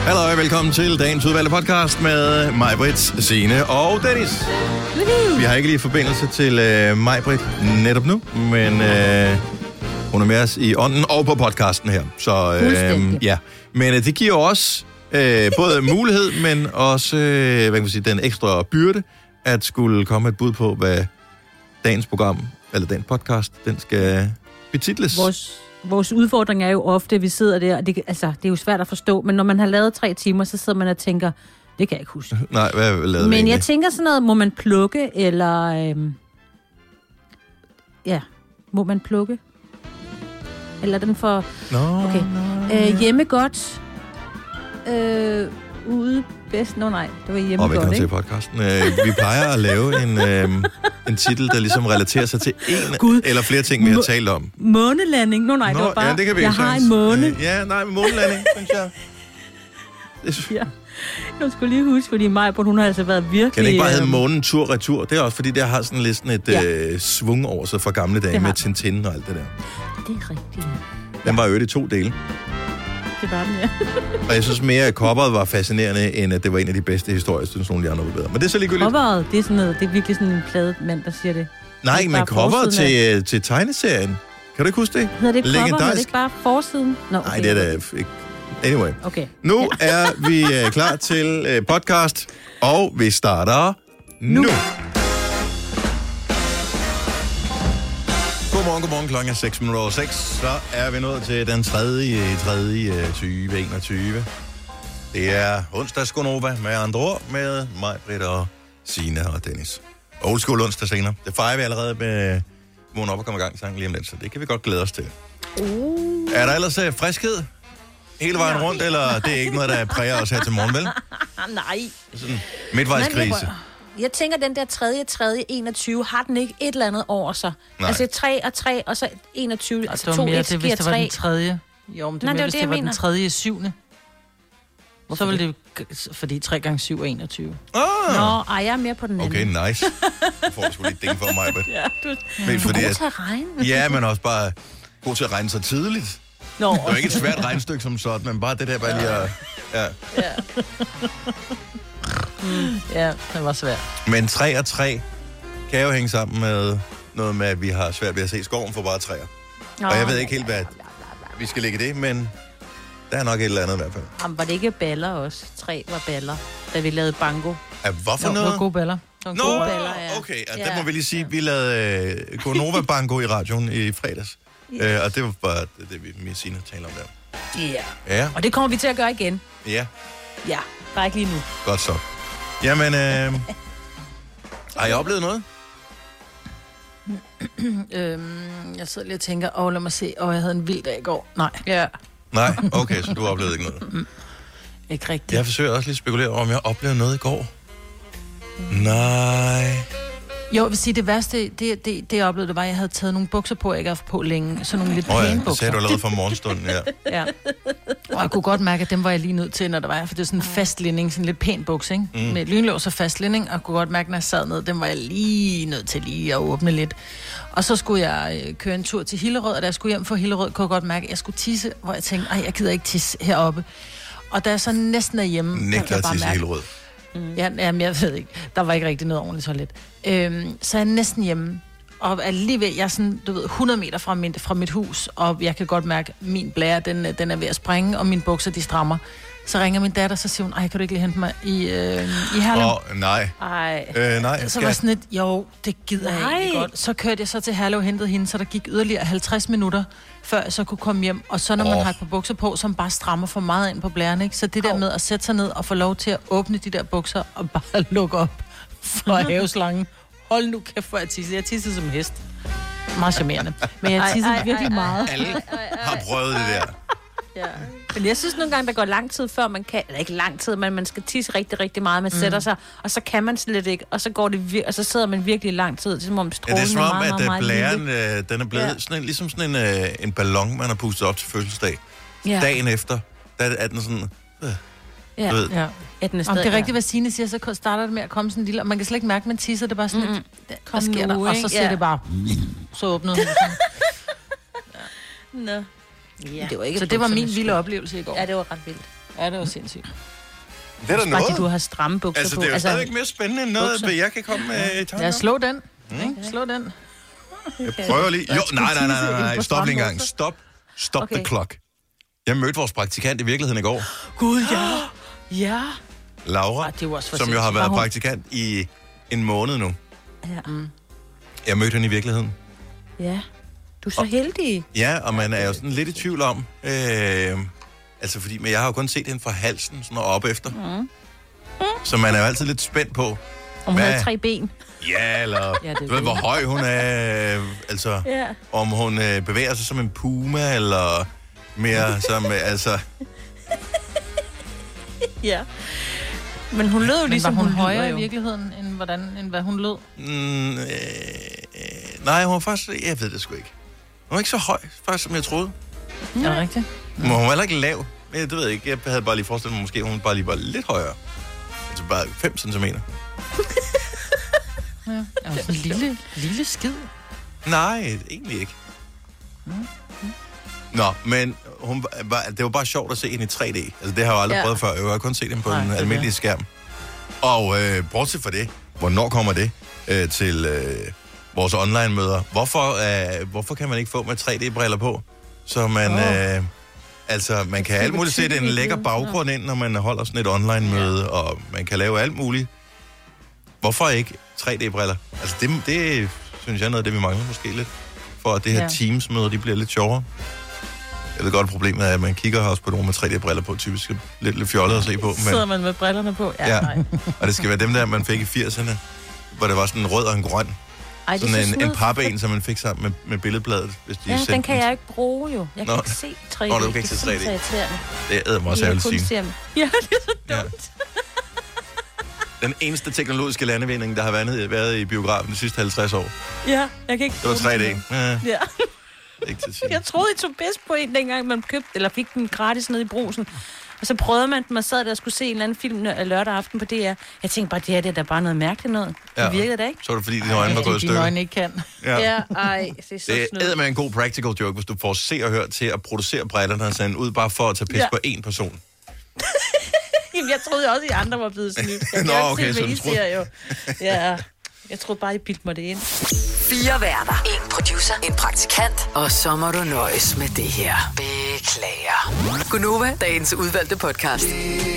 Hallo, velkommen til dagens udvalgte podcast med mig, Britt, Signe og Dennis. Vi har ikke lige forbindelse til Maj-Britt netop nu, men hun er med os i ånden og på podcasten her. Så ja, men det giver også både mulighed, men også hvad kan man sige, den ekstra byrde, at skulle komme et bud på, hvad dagens program, eller dagens podcast, den skal betitles. Vores udfordring er jo ofte, at vi sidder der, og det er jo svært at forstå, men når man har lavet 3 timer, så sidder man og tænker, det kan jeg ikke huske. Nej, hvad lavede vi Men egentlig? jeg tænker sådan noget, må man plukke, eller... må man plukke? Eller den for... Okay. Hjemme godt. Ude bedst. Nej, det var hjemme godt, ikke? Velkommen til podcasten. Vi plejer at lave en titel, der ligesom relaterer sig til en eller flere ting, vi har talt om. Månelanding. Det var bare... Ja, det kan vi jeg har en måne. Månelanding, synes jeg. Ja. Jeg skulle lige huske, fordi Maj-Britt, hun har altså været virkelig... Kan det ikke bare hedde månen tur-retur? Det er også, fordi det har sådan lidt et svung over sig fra gamle dage med Tintin og alt det der. Det er rigtigt. Den var jo i 2 dele. Det var den, ja. Og jeg synes mere, at coveret var fascinerende, end at det var en af de bedste historier, synes nogle af de andre var bedre. Men det er så ligegyldigt. Coveret, det er sådan noget, det er virkelig sådan en pladet mand, der siger det. Nej, men coveret til tegneserien. Kan du ikke huske det? Hedder det ikke cover? Er det ikke bare forsiden? Nej, det er da ikke. Anyway. Okay. Nu er vi klar til podcast, og vi starter nu. Godmorgen, klokken er 6:06. Så er vi nået til den 3. 2021. Det er onsdags Gonova med andre ord, med mig, Britt og Signe og Dennis. Old school onsdag senere. Det fejrer vi allerede med vågen op og komme i gang sangen lige om lidt, så det kan vi godt glæde os til. Er der ellers friskhed hele vejen rundt, eller det er ikke noget, der præger os her til morgen, vel? Nej. Sådan midtvejskrise. Jeg tænker, den der 3.3.21, har den ikke et eller andet over sig? Nej. Altså 3 og 3, og så 21, altså 2, 1 sker 3. Det var den 3. Jo, men det var, hvis det var den 3. 7. Så ville det, fordi 3 gange 7 er 21. Jeg er mere på den anden. Okay, nice. Du får sgu lige ding for mig, Britt. Ja, du er god til at regne. Ja, men også bare god til at regne så tidligt. Nå. Det er jo ikke et svært regnestykke som sådan, men bare det der bare lige at... Ja, det var svært. Men 3 og 3 kan jo hænge sammen med noget med, at vi har svært ved at se skoven for bare træer. Og jeg ved ikke helt, hvad vi skal lægge det, men der er nok et eller andet i hvert fald. Jamen, var det ikke baller også? 3 var baller, da vi lavede bango. Hvorfor noget? Det var gode baller. Okay. Der må vi lige sige, vi lavede Gonova Bango i radioen i fredags. Og det var bare det, vi med Signe taler om der. Ja. Og det kommer vi til at gøre igen. Ja. Ja, bare ikke lige nu. Godt så. Jamen, har I oplevet noget? Jeg sidder lige og tænker, lad mig se, jeg havde en vild dag i går. Nej. Ja. Nej, okay, så du oplevede ikke noget. Ikke rigtigt. Jeg forsøger også lige at spekulere over, om jeg oplevede noget i går. Nej. Jo, jeg vil sige, det værste, det jeg oplevede, det var, at jeg havde taget nogle bukser på, jeg ikke har haft på længe. Så nogle lidt pæne bukser. Det sagde du allerede fra morgenstunden, ja. Og jeg kunne godt mærke, at dem var jeg lige nødt til, når der var, for det er sådan en fast linding, sådan en lidt pæn buks, ikke? Med lynlås og fast linding, og jeg kunne godt mærke, når jeg sad ned, dem var jeg lige nødt til lige at åbne lidt. Og så skulle jeg køre en tur til Hillerød, og da jeg skulle hjem fra Hillerød, kunne jeg godt mærke, at jeg skulle tisse, hvor jeg tænkte, jeg gider ikke tisse heroppe. Og da jeg så næsten er hjemme, nægter at tisse i Hillerød. Ja, men jeg ved ikke. Der var ikke rigtig noget ordentligt toilet. Så er jeg næsten hjemme. Og alligevel, jeg er sådan, 100 meter fra mit hus, og jeg kan godt mærke, at min blære, den er ved at sprænge, og mine bukser, de strammer. Så ringer min datter, så siger hun, kan du ikke lige hente mig i Herlev? Nej. Nej. Så var sådan lidt, jo, det gider jeg egentlig godt. Så kørte jeg så til Herlev og hentede hende, så der gik yderligere 50 minutter, før jeg så kunne komme hjem. Og så når man har et par bukser på, som bare strammer for meget ind på blæren, ikke? Så det der med at sætte sig ned og få lov til at åbne de der bukser, og bare lukke op for haveslangen. Hold nu kæft, hvor jeg tisser. Jeg tisser som hest. Meget charmerende. Men jeg tisser virkelig meget. Alle har prøvet det der. Ja. Men jeg synes nogle gange, der går lang tid, før man kan... Eller ikke lang tid, men man skal tisse rigtig, rigtig meget. Man sætter sig, og så kan man slet ikke. Og så går det og så sidder man virkelig lang tid. Det er som om strålen det er som om, meget, at meget blæren, den er blevet sådan en, ligesom sådan en ballon, man har pustet op til fødselsdag. Ja. Dagen efter, der er den sådan... Ja. Om det er rigtigt, hvad Signe siger, så starter det med at komme sådan en lille... Og man kan slet ikke mærke, at man tisser, det er bare sådan lidt... Hvad sker der? Og så siger det bare... Så åbner det sådan. Nå. Ja. Det var ikke så det var min vilde oplevelse i går. Ja, det var ret vildt. Ja, det var sindssygt. Det er da noget. Bare du har stramme bukser altså, på. det er jo stadigvæk mere spændende end noget, hvad jeg kan komme med i tanker. Ja, slå den. Slå den. Jeg prøver lige. Jo, nej. Stop lige en gang. Stop okay. The clock. Jeg mødte vores praktikant i virkeligheden i går. Gud, ja. Ja. Laura, som jo har været praktikant i en måned nu. Ja. Jeg mødte hende i virkeligheden. Ja. Du er så heldig. Ja, og man er jo sådan lidt i tvivl om... altså, fordi men jeg har jo kun set hende fra halsen sådan og op efter. Så man er jo altid lidt spændt på... Om hun havde 3 ben. Ja, eller du ved, hvor høj hun er. Altså, om hun bevæger sig som en puma, eller mere som... altså... Ja. Men hun lød jo ligesom var hun højere i virkeligheden, end hvad hun lød? Nej, hun var faktisk... Jeg ved det sgu ikke. Hun var ikke så høj, faktisk, som jeg troede. Er det rigtigt? Men hun var heller ikke lav. Men det ved jeg ikke. Jeg havde bare lige forestillet mig, måske hun bare lige var lidt højere. Altså bare 5 centimeter. Ja, altså en lille skid. Nej, egentlig ikke. Nå, men det var bare sjovt at se hende i 3D. Altså, det har jeg jo aldrig prøvet før. Jeg har kun set hende på en almindelig skærm. Og bortset fra det, hvornår kommer det til vores online-møder? Hvorfor kan man ikke få med 3D-briller på? Så man... altså, man kan alt muligt sætte en lækker baggrund ind, når man holder sådan et online-møde, og man kan lave alt muligt. Hvorfor ikke 3D-briller? Altså, det synes jeg er noget af det, vi mangler måske lidt. For at det her Teams-møder, de bliver lidt sjovere. Jeg ved godt, problemet er, at man kigger også på nogle med 3D-briller på, typisk lidt fjollet at se på. Men... Sidder man med brillerne på? Ja. Og det skal være dem der, man fik i 80'erne, hvor det var sådan en rød og en grøn. Ej, sådan en pappen, som man fik sammen med billedbladet. Hvis de den kan jeg ikke bruge jo. Jeg kan ikke se 3D. Nå, du kan ikke se 3D. Det er mig også ærligt sige. Ja, det er så dumt. Den eneste teknologiske landevinding, der har været i biografen de sidste 50 år. Ja, jeg kan ikke... Det var 3D. Ja. Ikke til jeg troede, I tog bedst på en, dengang man købte, eller fik den gratis nede i Brugsen. Og så prøvede man, man sad der og skulle se en eller anden film lørdag aften på DR. Jeg tænkte bare, det er da bare noget mærkeligt noget. Det virkede da ikke. Så var det fordi, dine øjne var gået i stykker. Dine øjne ikke kan. Ja, det er så det er med en god practical joke, hvis du får se og høre til at producere brillerne og sende ud bare for at tage pis på én person. Jamen, jeg troede også, at I andre var blevet snydt. Jeg Nå, okay, se, hvad I siger jo. Ja, jeg troede bare, I bildte mig det ind. 4 værter, 1 producer, en praktikant, og så må du nøjes med det her. Beklager. Gunova, dagens udvalgte podcast.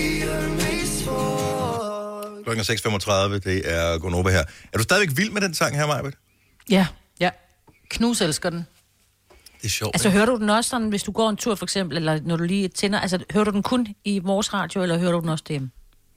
Klokken 6:35, det er Gunova her. Er du stadigvæk vild med den sang her, Majbet? Ja. Knus elsker den. Det er sjovt. Altså, hører du den også sådan, hvis du går en tur for eksempel, eller når du lige tænder, altså, hører du den kun i vores radio, eller hører du den også derhjemme?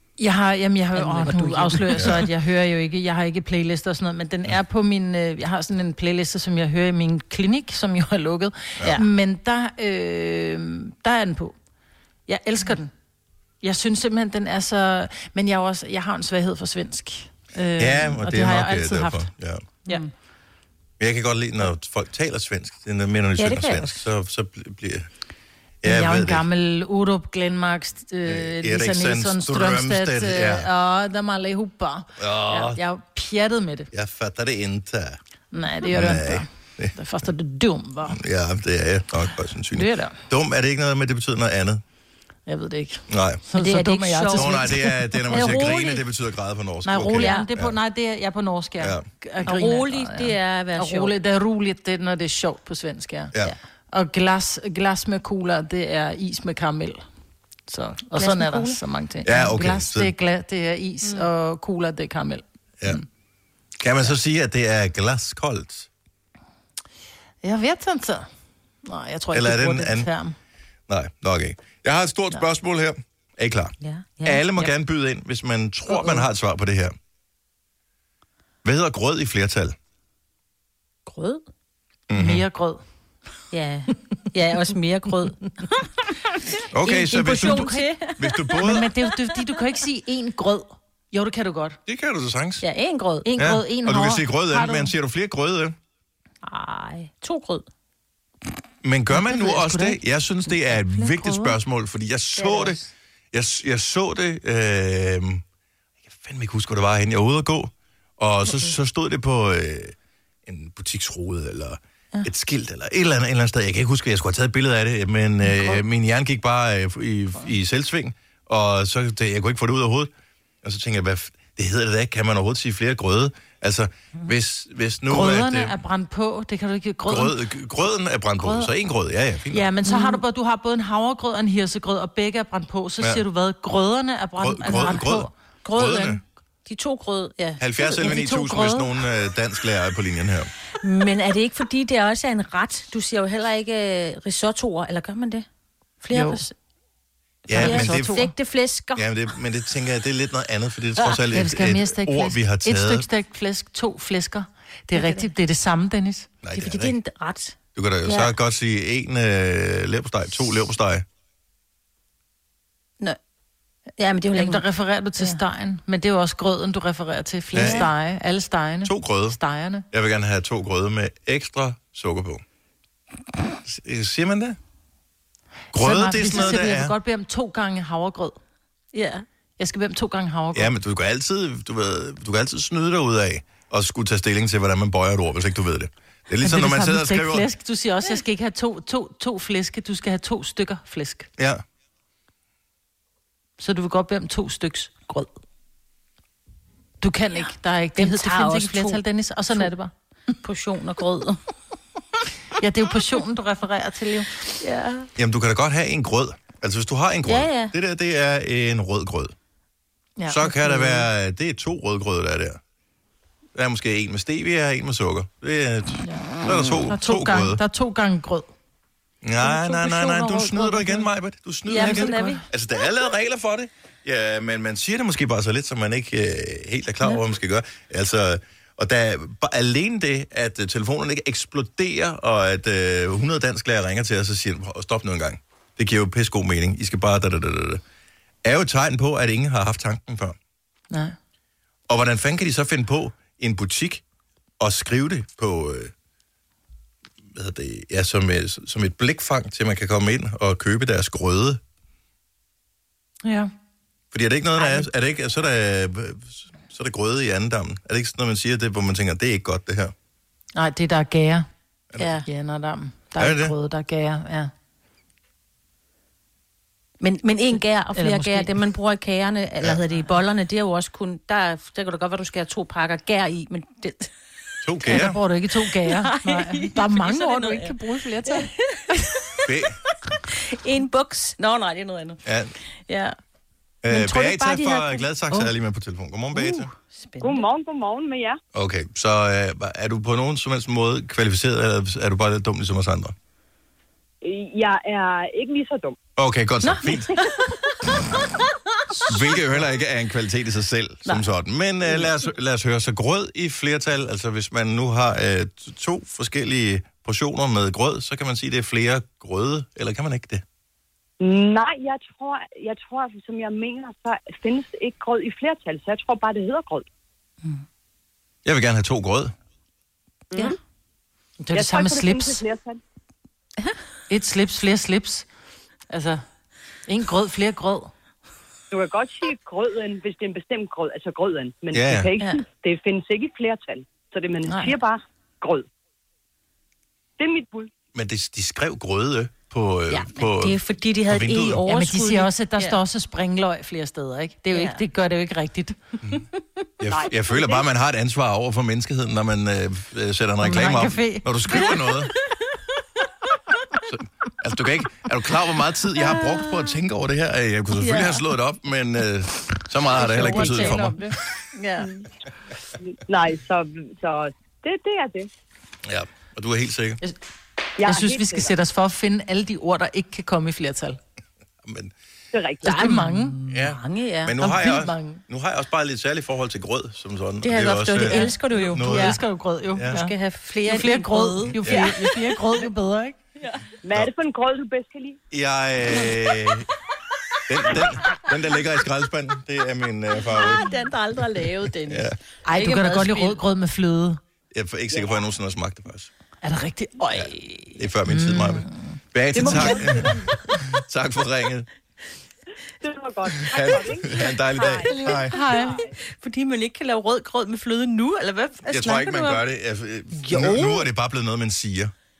Nu afslører så, at jeg hører jo ikke, jeg har ikke playlister og sådan noget, men den er på min, jeg har sådan en playliste, som jeg hører i min klinik, som jo er lukket. Ja. Men der er den på. Jeg elsker den. Jeg synes simpelthen, den er så, men jeg har en svaghed for svensk. Og det har jeg altid derfor. haft. Ja. Jeg kan godt lide, når folk taler svensk. Det er mere, når de synger svensk, så bliver... Jeg er jo en gammel Urup, Glenmark, Lisa Nilsson, Strømstedt, og dem allihopa. Jeg er pjattet med det. Jeg fatter det ikke. Nej, det gør du ikke. Det er først, at du er dum, var. Ja, det er jeg nok bare sandsynligt. Det er der. Dum er det ikke noget med, det betyder noget andet? Jeg ved det ikke. Nej. Så det dum er jeg til nej, det er, når man siger grine, det betyder græde på norsk. Nej, rolig, det er jeg på norsk, ja. Og rolig, det er at være sjovt. Det er roligt, det er, når det er sjovt på svensk, ja. Og glas med cola, det er is med karamel. Så, og sådan er der så mange ting. Ja, okay. Glas, det er is, og cola, det er karamel. Ja. Kan man så sige, at det er glaskoldt? Jeg ved ikke. Nej, jeg tror ikke, det bruger den term. Nej, nok ikke. Jeg har et stort spørgsmål her. Er I klar? Ja. Alle må gerne byde ind, hvis man tror, man har et svar på det her. Hvad hedder grød i flertal? Grød? Mm-hmm. Mere grød. Ja, også mere grød. Okay, så hvis du både... Men det er jo fordi, du kan ikke sige én grød. Jo, det kan du godt. Det kan du så sagtens. Ja, én grød. En grød, en og hår. du kan sige grød, men siger du flere grød? Nej, 2 grød. Men gør man nu også det? Jeg synes, det er et vigtigt spørgsmål, fordi jeg så det. Jeg så det... jeg kan fandme ikke huske, hvor det var henne. Jeg var ude at gå, og så stod det på en butiksrude, eller et skilt, eller et eller andet sted. Jeg kan ikke huske, at jeg skulle have taget et billede af det, men min hjerne gik bare i selvsving, og så jeg kunne ikke få det ud af hovedet. Og så tænkte jeg, hvad det hedder det da ikke? Kan man overhovedet sige flere grøde? Altså, hvis nu... Grøderne er brændt på, det kan du ikke... Grøden er brændt på, så en grød, ja. Fint. Ja, men så har du har både en havregrød og en hirsegrød, og begge er brændt på. Så siger du hvad? Grøderne er brændt på. Grøderne. De 2 grød, ja. 70 eller 9000, hvis nogen dansklærer er på linjen her. Men er det ikke, fordi det også er en ret? Du siger jo heller ikke risottoer, eller gør man det? Flere Ja, men det stegte flæsker. Ja, men det tænker jeg, det er lidt noget andet, fordi det er trods alt et ord, vi har taget. Et stykke stegt flæsk, 2 flæsker. Det er rigtigt, det er det samme, Dennis. Nej, det er fordi, det er en ret. Du kan da så godt sige 1 leverpostej, 2 leverpostej. Nå. Ja, men det er jo ikke... Der refererer du til stegen, men det er jo også grøden, du refererer til. Flere stege, alle stegene. 2 grøde. Stegerne. Jeg vil gerne have 2 grøde med ekstra sukker på. Siger man det? Grøde, det er sådan noget, der er... Jeg vil godt bede om 2 gange havregrød. Ja. Jeg skal bede om 2 gange havregrød. Ja, men du kan altid snyde dig ud af og skulle tage stilling til, hvordan man bøjer et ord, hvis ikke du ved det. Det er ligesom, når man sidder og skriver... Flæsk. Du siger også, at jeg skal ikke have to flæske, du skal have 2 stykker flæsk. Ja. Så du vil godt bede om 2 styks grød. Du kan ikke. Der er ikke. Det findes ikke flertal, Dennis. Og sådan er det bare. Portion og grød. Ja, det er jo portionen, du refererer til, jo. Ja. Jamen, du kan da godt have en grød. Altså, hvis du har en grød. Ja. Det er en rød grød. Ja, så kan der være... Det er 2 rødgrøde, der er der. Der er måske en med stevia og en med sukker. Det er, så er der to grøde. Der er 2 gange grød. Nej. Du snyder dig igen, Majbert. Du snyder igen. Sådan er vi. Altså, der er lavet regler for det. Ja, men man siger det måske bare så lidt, så man ikke helt er klar over, hvad man skal gøre. Altså... Og der alene det, at telefonerne ikke eksploderer, og at 100 dansklærer ringer til os og siger, stop nu en gang. Det giver jo pisse god mening. I skal bare... er jo et tegn på, at ingen har haft tanken før. Nej. Og hvordan fanden kan de så finde på en butik og skrive det på... som et blikfang, til man kan komme ind og købe deres grøde? Ja. Fordi er det ikke noget, der er det ikke... Så er der grøde i andendammen. Er det ikke sådan, når man siger det, hvor man tænker, det er ikke godt, det her? Nej, det der er gære. Ja. I andendammen. Der er grøde, der er gære, ja. Men en gær og flere gær, det man bruger i kagerne, eller hedder det i bollerne, det er jo også kun... Der kan det godt være, du skal have 2 pakker gær i, men det... 2 gær? Ja, der bruger du ikke 2 gære. Nej. Der er mange ord, du ikke kan bruge flertal. En buks. Nej, det er noget andet. Ja. Beata fra Gladsaxe er lige med på telefon. Godmorgen, Beata. Godmorgen med jer. Okay, så er du på nogen som helst måde kvalificeret, eller er du bare lidt dum ligesom os andre? Jeg er ikke lige så dum. Okay, godt så. Fint. Hvilket jo heller ikke er en kvalitet i sig selv, som sådan. Men lad os høre. Så grød i flertal, altså hvis man nu har 2 forskellige portioner med grød, så kan man sige, at det er flere grøde, eller kan man ikke det? Nej, jeg tror, som jeg mener, så findes ikke grød i flertal, så jeg tror bare, det hedder grød. Jeg vil gerne have 2 grød. Ja. Det er det samme slips. Et slips, flere slips. Altså, en grød, flere grød. Du kan godt sige grøden, hvis det er en bestemt grød, altså grøden, men det, kan ikke, det findes ikke i flertal. Så det man siger bare grød. Det er mit bud. Men de skrev grøde på det er fordi, de havde et e-overskud. Ja, men de siger også, at der står også springløg flere steder, ikke? Det, er jo ikke, det gør det jo ikke rigtigt. Jeg føler bare, at man har et ansvar over for menneskeheden, når man sætter en reklame op. Når du skriver noget. Altså, du kan ikke... Er du klar, hvor meget tid jeg har brugt på at tænke over det her? Jeg kunne selvfølgelig have slået det op, men så meget har det heller ikke betydet for mig. Ja. Nej, så det er det. Ja, og du er helt sikker? Jeg synes, vi skal sætte os for at finde alle de ord, der ikke kan komme i flertal. Men... Det er rigtigt. Der er mange. Ja. Men nu har jeg også bare lidt særligt forhold til grød, som sådan. Det har jeg godt, det elsker du jo. Du elsker jo grød, jo. Ja. Du skal have flere grød. Jo flere grød, jo bedre, ikke? Ja. Hvad er det for en grød, du bedst kan lide? Den, der ligger i skraldespanden, det er min favorit. Den, der aldrig har lavet, Dennis. Ja. Ej, du kan da godt lide rødgrød med fløde. Jeg er ikke sikker på, at jeg nogensinde har smagt det, faktisk. Er det rigtigt? Ja, det er før min tid, Maja. Beate, tak. Tak for ringet. Det var godt. Ha' en dejlig dag. Hej. Fordi man ikke kan lave rødgrød med fløde nu, eller hvad? Jeg tror ikke, man gør det. Nu er det bare blevet noget, man siger.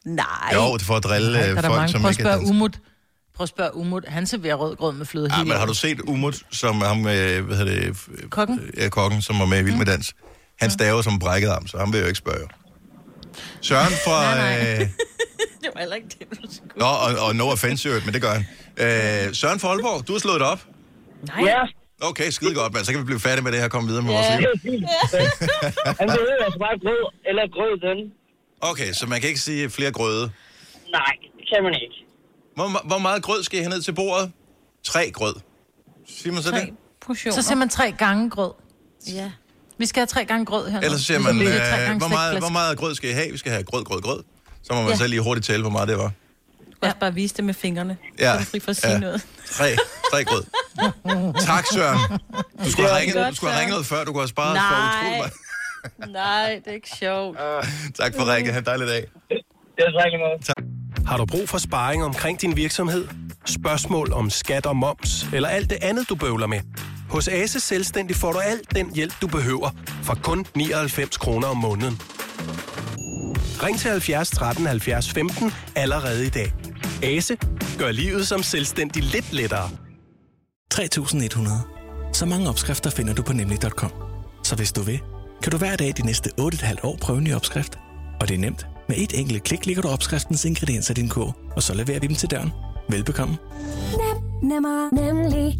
Nej. Jo, det får at drille folk, som ikke er dansk. Prøv at spørge Umut. Han serverer rød grød med fløde hele men har du set Umut, som ham med, kokken? Ja, kokken, som var med i Vild med Dans? Han staver som brækket arm, så han vil jo ikke spørge. Søren fra... Nej. Det var heller ikke det, du skulle. Og no offense, men det gør han. Søren fra Aalborg, du har slået det op? Nej. Ja. Okay, skide godt, men så kan vi blive færdige med det her og komme videre med vores liv. Han behøver altså bare grød eller grøden. Okay, så man kan ikke sige flere grøde? Nej, det kan man ikke. Hvor meget grød skal I have ned til bordet? 3 grød. Siger man så 3 det? portioner. Så siger man 3 gange grød. Ja. Vi skal have 3 gange grød her. Ellers så siger man, hvor meget grød skal I have? Vi skal have grød. Så må man selv lige hurtigt tælle, hvor meget det var. Du kan også bare vise det med fingrene. Ja. Så er du fri for at sige noget. 3 grød. Tak, Søren. Du skulle have ringet noget før. Du kunne have sparet for utroligt meget. Nej, det er ikke sjovt. Tak for ringet. Ha' en dejlig dag. Det er rigtig meget. Har du brug for sparring omkring din virksomhed? Spørgsmål om skat og moms, eller alt det andet, du bøvler med? Hos Ase Selvstændig får du alt den hjælp, du behøver, for kun 99 kroner om måneden. Ring til 70 13 70 15 allerede i dag. Ase gør livet som selvstændig lidt lettere. 3.100. Så mange opskrifter finder du på nemlig.com. Så hvis du vil, kan du hver dag de næste 8,5 år prøve en ny opskrift. Og det er nemt. Med et enkelt klik ligger du opskriftens ingredienser i din kog, og så leverer vi dem til døren. Velbekomme. Nemlig.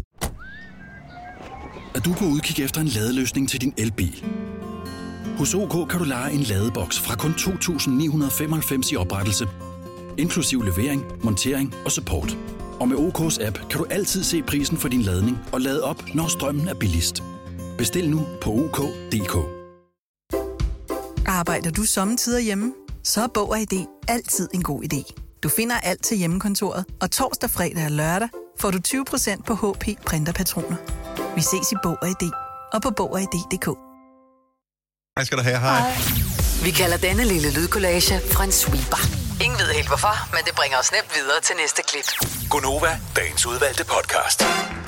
Er du på udkig efter en ladeløsning til din elbil? Hos OK kan du leje en ladeboks fra kun 2.995 i oprettelse, inklusiv levering, montering og support. Og med OK's app kan du altid se prisen for din ladning og lade op, når strømmen er billigst. Bestil nu på OK.dk. Arbejder du sommetider hjemme? Så er Bog og ID altid en god idé. Du finder alt til hjemmekontoret, og torsdag, fredag og lørdag får du 20% på HP printerpatroner. Vi ses i Bog og ID og på Bog og ID.dk. Hej skal du have, hej. Vi kalder denne lille lydkollage en sweeper. Ingen ved helt hvorfor, men det bringer os nemt videre til næste klip. Gonova, dagens udvalgte podcast.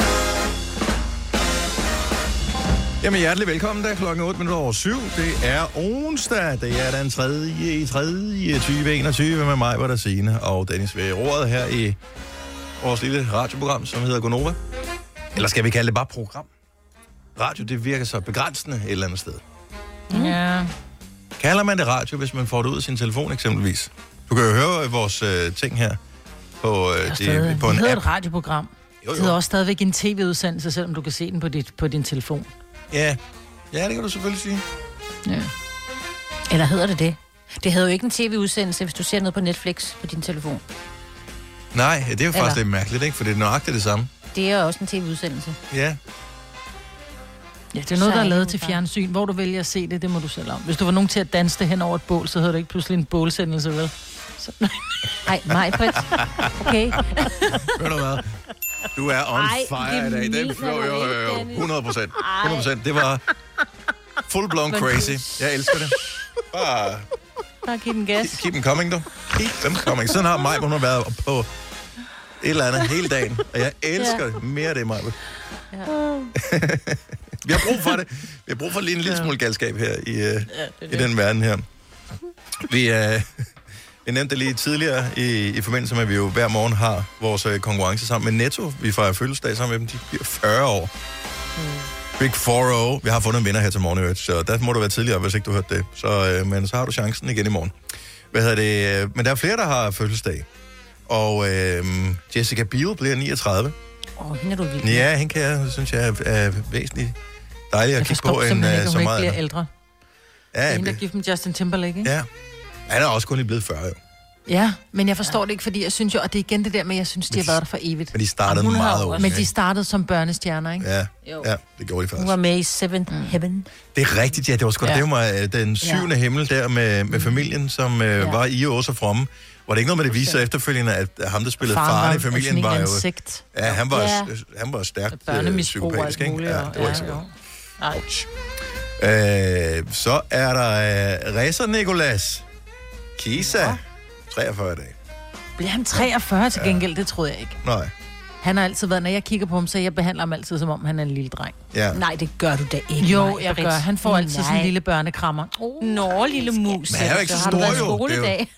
Jamen hjertelig velkommen, der klokken 7:08. Det er onsdag. Det er den 3. 2021 med mig, hvor der Signe og Dennis ved roret her i vores lille radioprogram, som hedder Gonova. Eller skal vi kalde det bare program? Radio, det virker så begrænsende et eller andet sted. Ja. Kalder man det radio, hvis man får det ud af sin telefon eksempelvis? Du kan jo høre vores ting her på, på en app. Det hedder et radioprogram. Jo. Det hedder også stadigvæk en tv-udsendelse, selvom du kan se den på din telefon. Ja, det kan du selvfølgelig sige. Ja. Eller hedder det det? Det hedder jo ikke en tv-udsendelse, hvis du ser noget på Netflix på din telefon. Nej, det er jo faktisk lidt mærkeligt, ikke? For det er nøjagtigt det samme. Det er også en tv-udsendelse. Ja. Ja, det er noget, der er lavet til fjernsyn. Hvor du vælger at se det, det må du selv om. Hvis du var nogen til at danse det hen over et bål, så hedder det ikke pludselig en bålsendelse, vel? Nej, mig, Britt. Okay. Ved du hvad? Du er on fire i dag. Den jo 100%. 100%. Det var full blown crazy. Jeg elsker det. Bare giv den gas. Keep them coming, du. Keep them coming. Sådan har Maj, hun har været på et eller andet hele dagen. Og jeg elsker det. Mere af det, Maj. Ja. Vi har brug for det. Vi har brug for lige en lille smule galskab her i den verden her. Vi nævnte det lige tidligere i forbindelse med, at vi jo hver morgen har vores konkurrence sammen med Netto. Vi fejrer fødselsdag sammen med dem. De bliver 40 år. Big 4-0. Vi har fundet en vinder her til morgen, så der må du være tidligere, hvis ikke du hørte det. Så, men så har du chancen igen i morgen. Men der er flere, der har fødselsdag. Og Jessica Biel bliver 39. Hende er du vild. Ja, hende kan jeg, synes jeg, er væsentligt dejligt at kigge på. Jeg forstår simpelthen ikke, hun ikke bliver ældre. Ja, det er hende, der gift med Justin Timberlake, ikke? Ja. Han er også kun lige blevet 40, jo. Ja, men jeg forstår det ikke, fordi jeg synes jo, og det er igen det der med, jeg synes, de har været der for evigt. Men de startede meget unge. Men de startede som børnestjerner, ikke? Ja, det gjorde de faktisk. Hun var med i Seventh Heaven. Det er rigtigt, ja. Det var sgu da, det var den 7. himmel der med familien, som var I også fromme. Var det ikke noget med det viser efterfølgende, at ham, der spillede faren i familien, var jo... Ja, han var stærkt psykopatisk, ikke? Ja, det var ikke så godt. Så er der Reza Nicolas Kisa, 43 dage. Bliver han 43 til gengæld? Det troede jeg ikke. Nej. Han har altid været, når jeg kigger på ham, så jeg behandler ham altid, som om han er en lille dreng. Ja. Nej, det gør du da ikke. Jo, jeg gør. Han får altid sådan en lille børnekrammer. Nå, lille mus. Men han er jo ikke så stor, jo.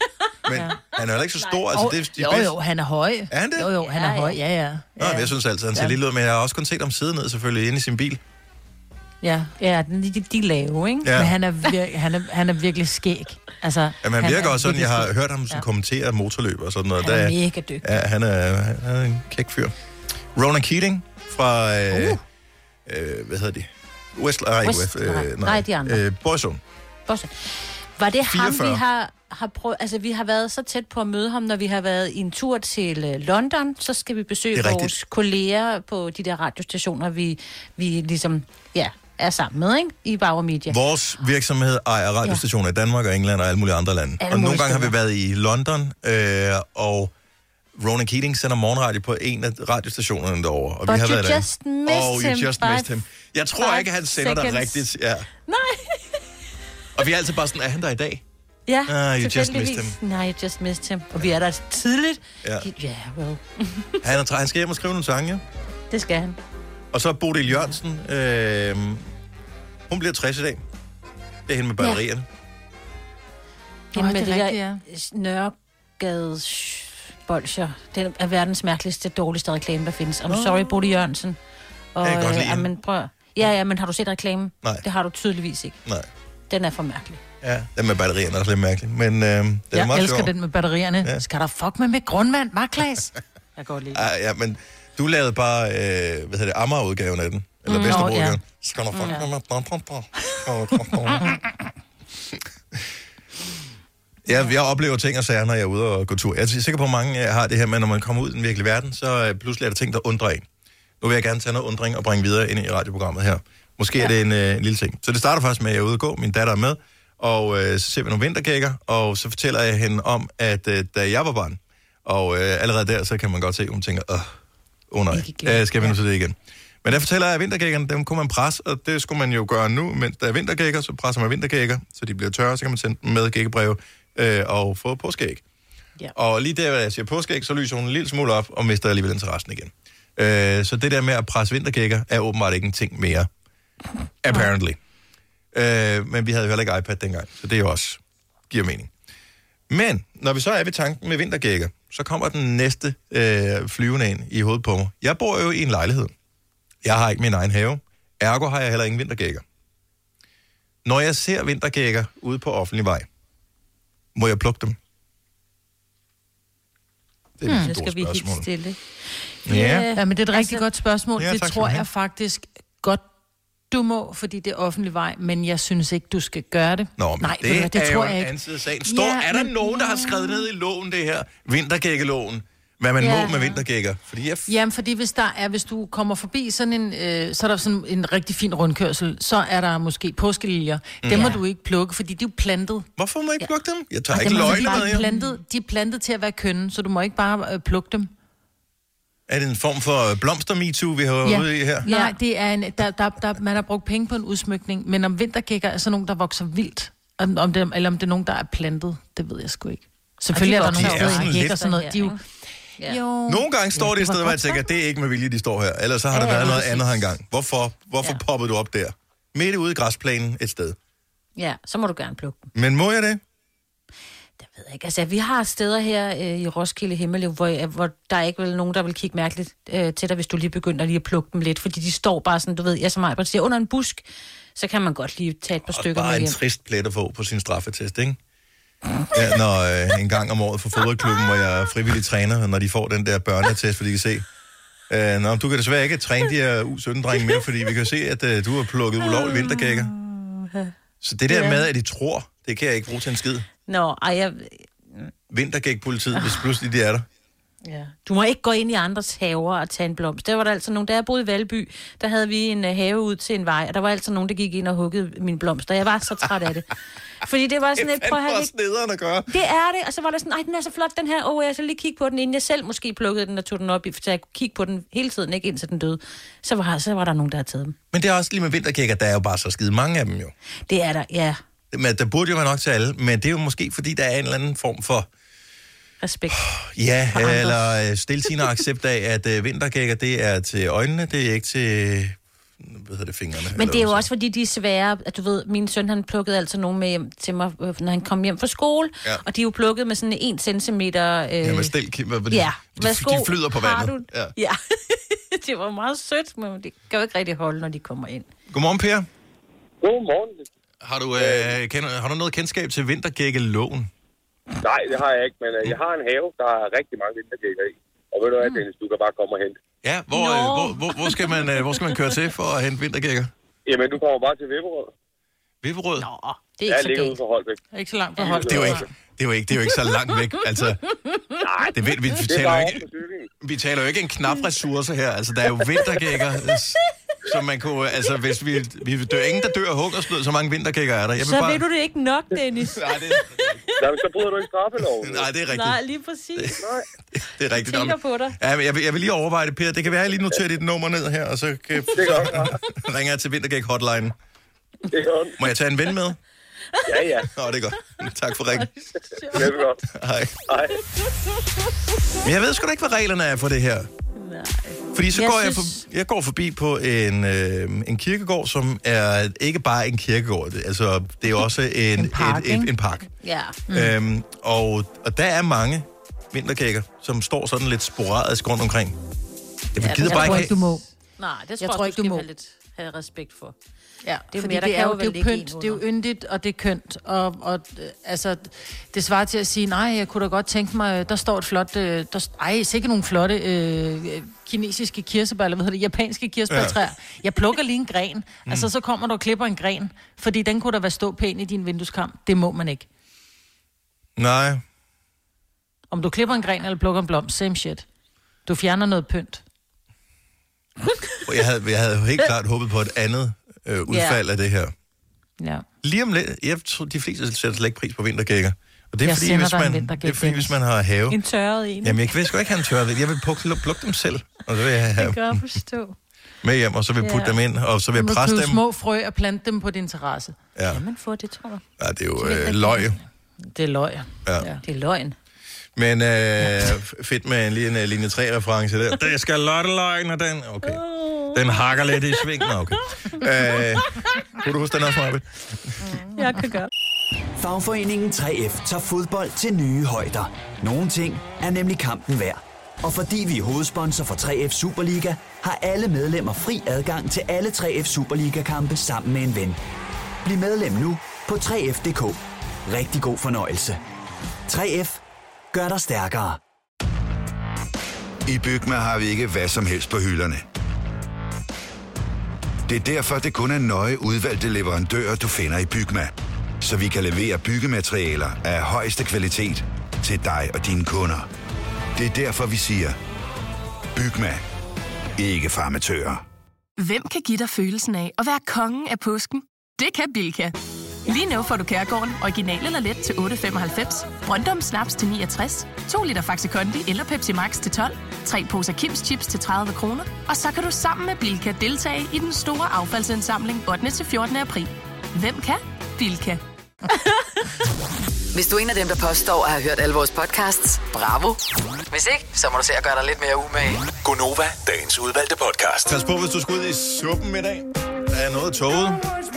Men han er jo ikke så stor. Altså, Jo, han er høj. Er han det? Jo, han er høj, ja. Nå, jeg synes altid, han ser lille ud, men jeg har også kun set ham sidde ned selvfølgelig inde i sin bil. Ja, de er lave, ikke? Ja. Men han er virkelig skæg. Altså, han virker også sådan, jeg har hørt ham kommentere motorløb og sådan noget. Han er mega dygtig. Ja, han er en kæk fyr. Ronan Keating fra, hvad hedder de? Nej, de andre. Boyzone. Var det 44. ham, vi har prøvet... Altså, vi har været så tæt på at møde ham, når vi har været i en tur til London. Så skal vi besøge vores kolleger på de der radiostationer, vi ligesom, er sammen med, ikke? I Bauer Media. Vores virksomhed ejer radiostationer i Danmark og England og alle mulige andre lande. Og nogle gange har vi været i London, og Ronan Keating sender morgenradio på en af radiostationerne derovre. Og vi har været der. You just missed him. Jeg tror ikke, han sender dig rigtigt. Ja. Nej. Og vi er altid bare sådan, er han der i dag? Ja, you just missed him. Nej, you just missed him. Og vi er der tidligt. Ja, han skal hjem og skrive nogle sange, ja. Det skal han. Og så Bodil Jørgensen. Hun bliver 60 i dag. Det er hende med batterierne. Hende med det der Nørregades bolsjer. Det er verdens mærkeligste, dårligste reklame, der findes. I'm sorry, Bodil Jørgensen. Og, jeg kan godt lide men prøv. Ja, men har du set reklamen? Nej. Det har du tydeligvis ikke. Nej. Den er for mærkelig. Ja, den med batterierne er også lidt mærkelig. Men den er meget sjov. Jeg elsker den med batterierne. Ja. Skal der fuck med grundvand, Marklæs? Jeg kan godt lide det. Ja, men du lavede bare, Amager-udgaven af den. Eller Vesterbro-udgaven. Skal der fuck med jeg oplever ting og sager, når jeg er ude og gå tur. Jeg er sikker på, at mange har det her med, når man kommer ud i den virkelige verden, så pludselig er der ting, der undrer en. Nu vil jeg gerne tage noget undring og bringe videre ind i radioprogrammet her. Måske er det en lille ting. Så det starter først med, at jeg er ude og gå. Min datter er med, og så ser vi nogle vintergækker, og så fortæller jeg hende om, at da jeg var barn, og allerede der, så kan man godt se, at hun tænker, nej, skal vi nu til det igen? Men der fortæller jeg, at vintergækkerne, dem kunne man presse, og det skulle man jo gøre nu, mens der er vintergækker, så presser man vintergækker, så de bliver tørre, så kan man sende dem med gækkebreve og få påskeæg. Ja. Og lige der, hvor jeg siger påskeæg, så lyser hun en lille smule op, og mister alligevel interessen igen. Så det der med at presse vintergækker, er åbenbart ikke en ting mere. Apparently. Men vi havde jo heller ikke iPad dengang, så det jo også giver mening. Men når vi så er ved tanken med vintergækker, så kommer den næste flyvende ind i hovedet på mig. Jeg bor jo i en lejlighed. Jeg har ikke min egen have. Ergo har jeg heller ingen vintergækker. Når jeg ser vintergækker ude på offentlig vej, må jeg plukke dem? Det er et stort spørgsmål. Helt stille. Ja, men det er et rigtig godt spørgsmål. Det tror jeg faktisk godt, du må, fordi det er offentlig vej, men jeg synes ikke, du skal gøre det. Nå, men nej, det er tror jo en anden side af sagen. Er der nogen, der har skrevet ned i loven det her? Vintergækkeloven. Hvad man må med vintergækker. Jamen, fordi hvis du kommer forbi sådan en, så er der sådan en rigtig fin rundkørsel, så er der måske påskeliljer. Dem må du ikke plukke, fordi de er jo plantet. Hvorfor må jeg ikke plukke dem? Jeg tager ikke løgne med. De er plantet til at være kønne, så du må ikke bare plukke dem. Er det en form for blomster-MeToo, vi har ude i her? Nej, det er man har brugt penge på en udsmykning, men om vintergækker er sådan nogen, der vokser vildt. Eller om det er nogen, der er plantet, det ved jeg sgu ikke. Selvfølgelig er der nogle steder i hæk og sådan noget. De jo... Ja. Nogle gange står det i stedet, hvor jeg tænker, det er ikke med vilje, de står her. Ellers så har der været noget andet her engang. Hvorfor poppede du op der? Midt ude i græsplænen et sted. Ja, så må du gerne plukke dem. Men må jeg det? Det ved jeg ikke. Altså, vi har steder her i Roskilde Himmel, hvor der er ikke vel nogen, der vil kigge mærkeligt til dig, hvis du lige begynder lige at plukke dem lidt. Fordi de står bare sådan, du ved, jeg som mig, siger, under en busk, så kan man godt lige tage et par stykker med hjem. Bare en trist plet at få på sin straffetest, ikke? Ja, når en gang om året for fodboldklubben, hvor jeg er frivillig træner, når de får den der børneattest, fordi de kan se, du kan desværre ikke træne de her U17-drenge mere, fordi vi kan se, at du har plukket ulovlige vintergækker. Så det der med, at de tror, det kan jeg ikke bruge til en skid. Vintergækpolitiet, hvis pludselig de er der. Ja. Du må ikke gå ind i andres haver og tage en blomst. Der var der altså nogen, da jeg boede i Valby, der havde vi en have ud til en vej, og der var altså nogen, der gik ind og huggede min blomst, og jeg var så træt af det. Fordi det var sådan et... Det er snederen at gøre. Det er det, og så var der sådan, den er så flot, den her, jeg skal lige kigge på den, inden jeg selv måske plukkede den og tog den op, så jeg kunne kigge på den hele tiden, ikke indtil den døde. Så var der nogen, der havde taget dem. Men det er også lige med vintergækker, der er jo bare så skide mange af dem jo. Det er der, ja. Men der burde jo være nok til alle, men det er jo måske, fordi der er en eller anden form for... respekt. Ja, eller stiltigende accept af, at vintergækker, det er til øjnene, det er ikke til fingrene. Men det er jo også, fordi de er svære. At du ved, min søn, han plukkede altså nogen med hjem til mig, når han kom hjem fra skole. Ja. Og de er jo plukket med sådan 1 centimeter... Ja, med stelk. Ja. De flyder på vandet. Ja. Det var meget sødt, men det kan jo ikke rigtig holde, når de kommer ind. Godmorgen, Per. Godmorgen. Har du noget kendskab til vintergækkeloven? Nej, det har jeg ikke, men jeg har en have, der er rigtig mange vintergækker i. Og ved du hvad, Dennis, du kan bare komme og hente. Ja, hvor skal man køre til for at hente vintergækker? Jamen, du kommer bare til Vipperød. Vipperød? Nå, det er ikke så ligger ude for Holbæk. Ikke så langt fra Holbæk. Det er jo ikke så langt væk. Altså, nej, vi taler jo ikke en knap ressource her. Altså, der er jo vintergækker, som man kunne... Altså, hvis vi dør ingen, der dør af hungersnød, så mange vintergækker er der. Så ved du det ikke nok, Dennis. Nej, så bryder du ikke straffeloven. Nej, det er rigtigt. Nej, lige præcis. Det er rigtigt. Jeg tænker på dig. Ja, jeg vil lige overveje det, Per. Det kan være, jeg lige noterer dit nummer ned her, og så ringer jeg til vintergæk-hotline. Må jeg tage en ven med? Ja. Det er godt. Tak for ringen. Det er godt. Hej. Men jeg ved sgu da ikke, hvad reglerne er for det her. Nej. Fordi så jeg går forbi på en kirkegård, som er ikke bare en kirkegård. Altså, det er også en park. Ja. Og der er mange vintergækker, som står sådan lidt sporadisk rundt omkring. Jeg tror ikke, du må. Nej, det tror jeg ikke, du må have respekt for. Ja, det er mere, det er jo pynt, det er jo yndigt, og det er kønt, og altså, det svarer til at sige, nej, jeg kunne da godt tænke mig, der står et flot, sikkert nogle flotte kinesiske kirsebær, eller hvad hedder det, japanske kirsebærtræer. Ja. Jeg plukker lige en gren, altså så kommer du og klipper en gren, fordi den kunne da være stå pæn i din vindueskarm. Det må man ikke. Nej. Om du klipper en gren eller plukker en blomst, same shit. Du fjerner noget pynt. Jeg havde helt klart håbet på et andet udfald af det her. Ja. Lige om lidt, jeg tror, de fleste sætter slet ikke pris på vintergækker. Og det er fordi, hvis man har have... En tørret en. Jamen, jeg vil sgu ikke have en tørret. Jeg vil plukke dem selv. Og så vil jeg have det kan jeg forstå. Med hjem, og så vil jeg putte dem ind, og så vil jeg presse dem. små frø og plante dem på din terrasse. Ja. Kan man få det, tror jeg? Ja, det er jo løg. Det er løg. Ja. Det er løgn. Men fedt med en linje 3-reference der. Det skal lotteløgn, og den... Okay. Den hakker lidt i svingen, okay. Kunne du huske den også, Marvind? Jeg kan gøre. Fagforeningen 3F tager fodbold til nye højder. Nogle ting er nemlig kampen værd. Og fordi vi er hovedsponsor for 3F Superliga, har alle medlemmer fri adgang til alle 3F Superliga-kampe sammen med en ven. Bliv medlem nu på 3F.dk. Rigtig god fornøjelse. 3F gør dig stærkere. I Bygma har vi ikke hvad som helst på hylderne. Det er derfor, det kun er nøje udvalgte leverandører, du finder i Bygma. Så vi kan levere byggematerialer af højeste kvalitet til dig og dine kunder. Det er derfor, vi siger, Bygma. Ikke for amatører. Hvem kan give dig følelsen af at være kongen af påsken? Det kan Bilka. Lige nu får du Kærgården original eller let til 8,95, Brøndum Snaps til 69, 2 liter Faxi Kondi eller Pepsi Max til 12, 3 poser Kims Chips til 30 kroner, og så kan du sammen med Bilka deltage i den store affaldsindsamling 8. til 14. april. Hvem kan? Bilka. Hvis du er en af dem, der påstår at have hørt alle vores podcasts, bravo. Hvis ikke, så må du se at gøre dig lidt mere umage. Gonova, dagens udvalgte podcast. Pas på, hvis du skal ud i suppen i dag. Der er noget tåget.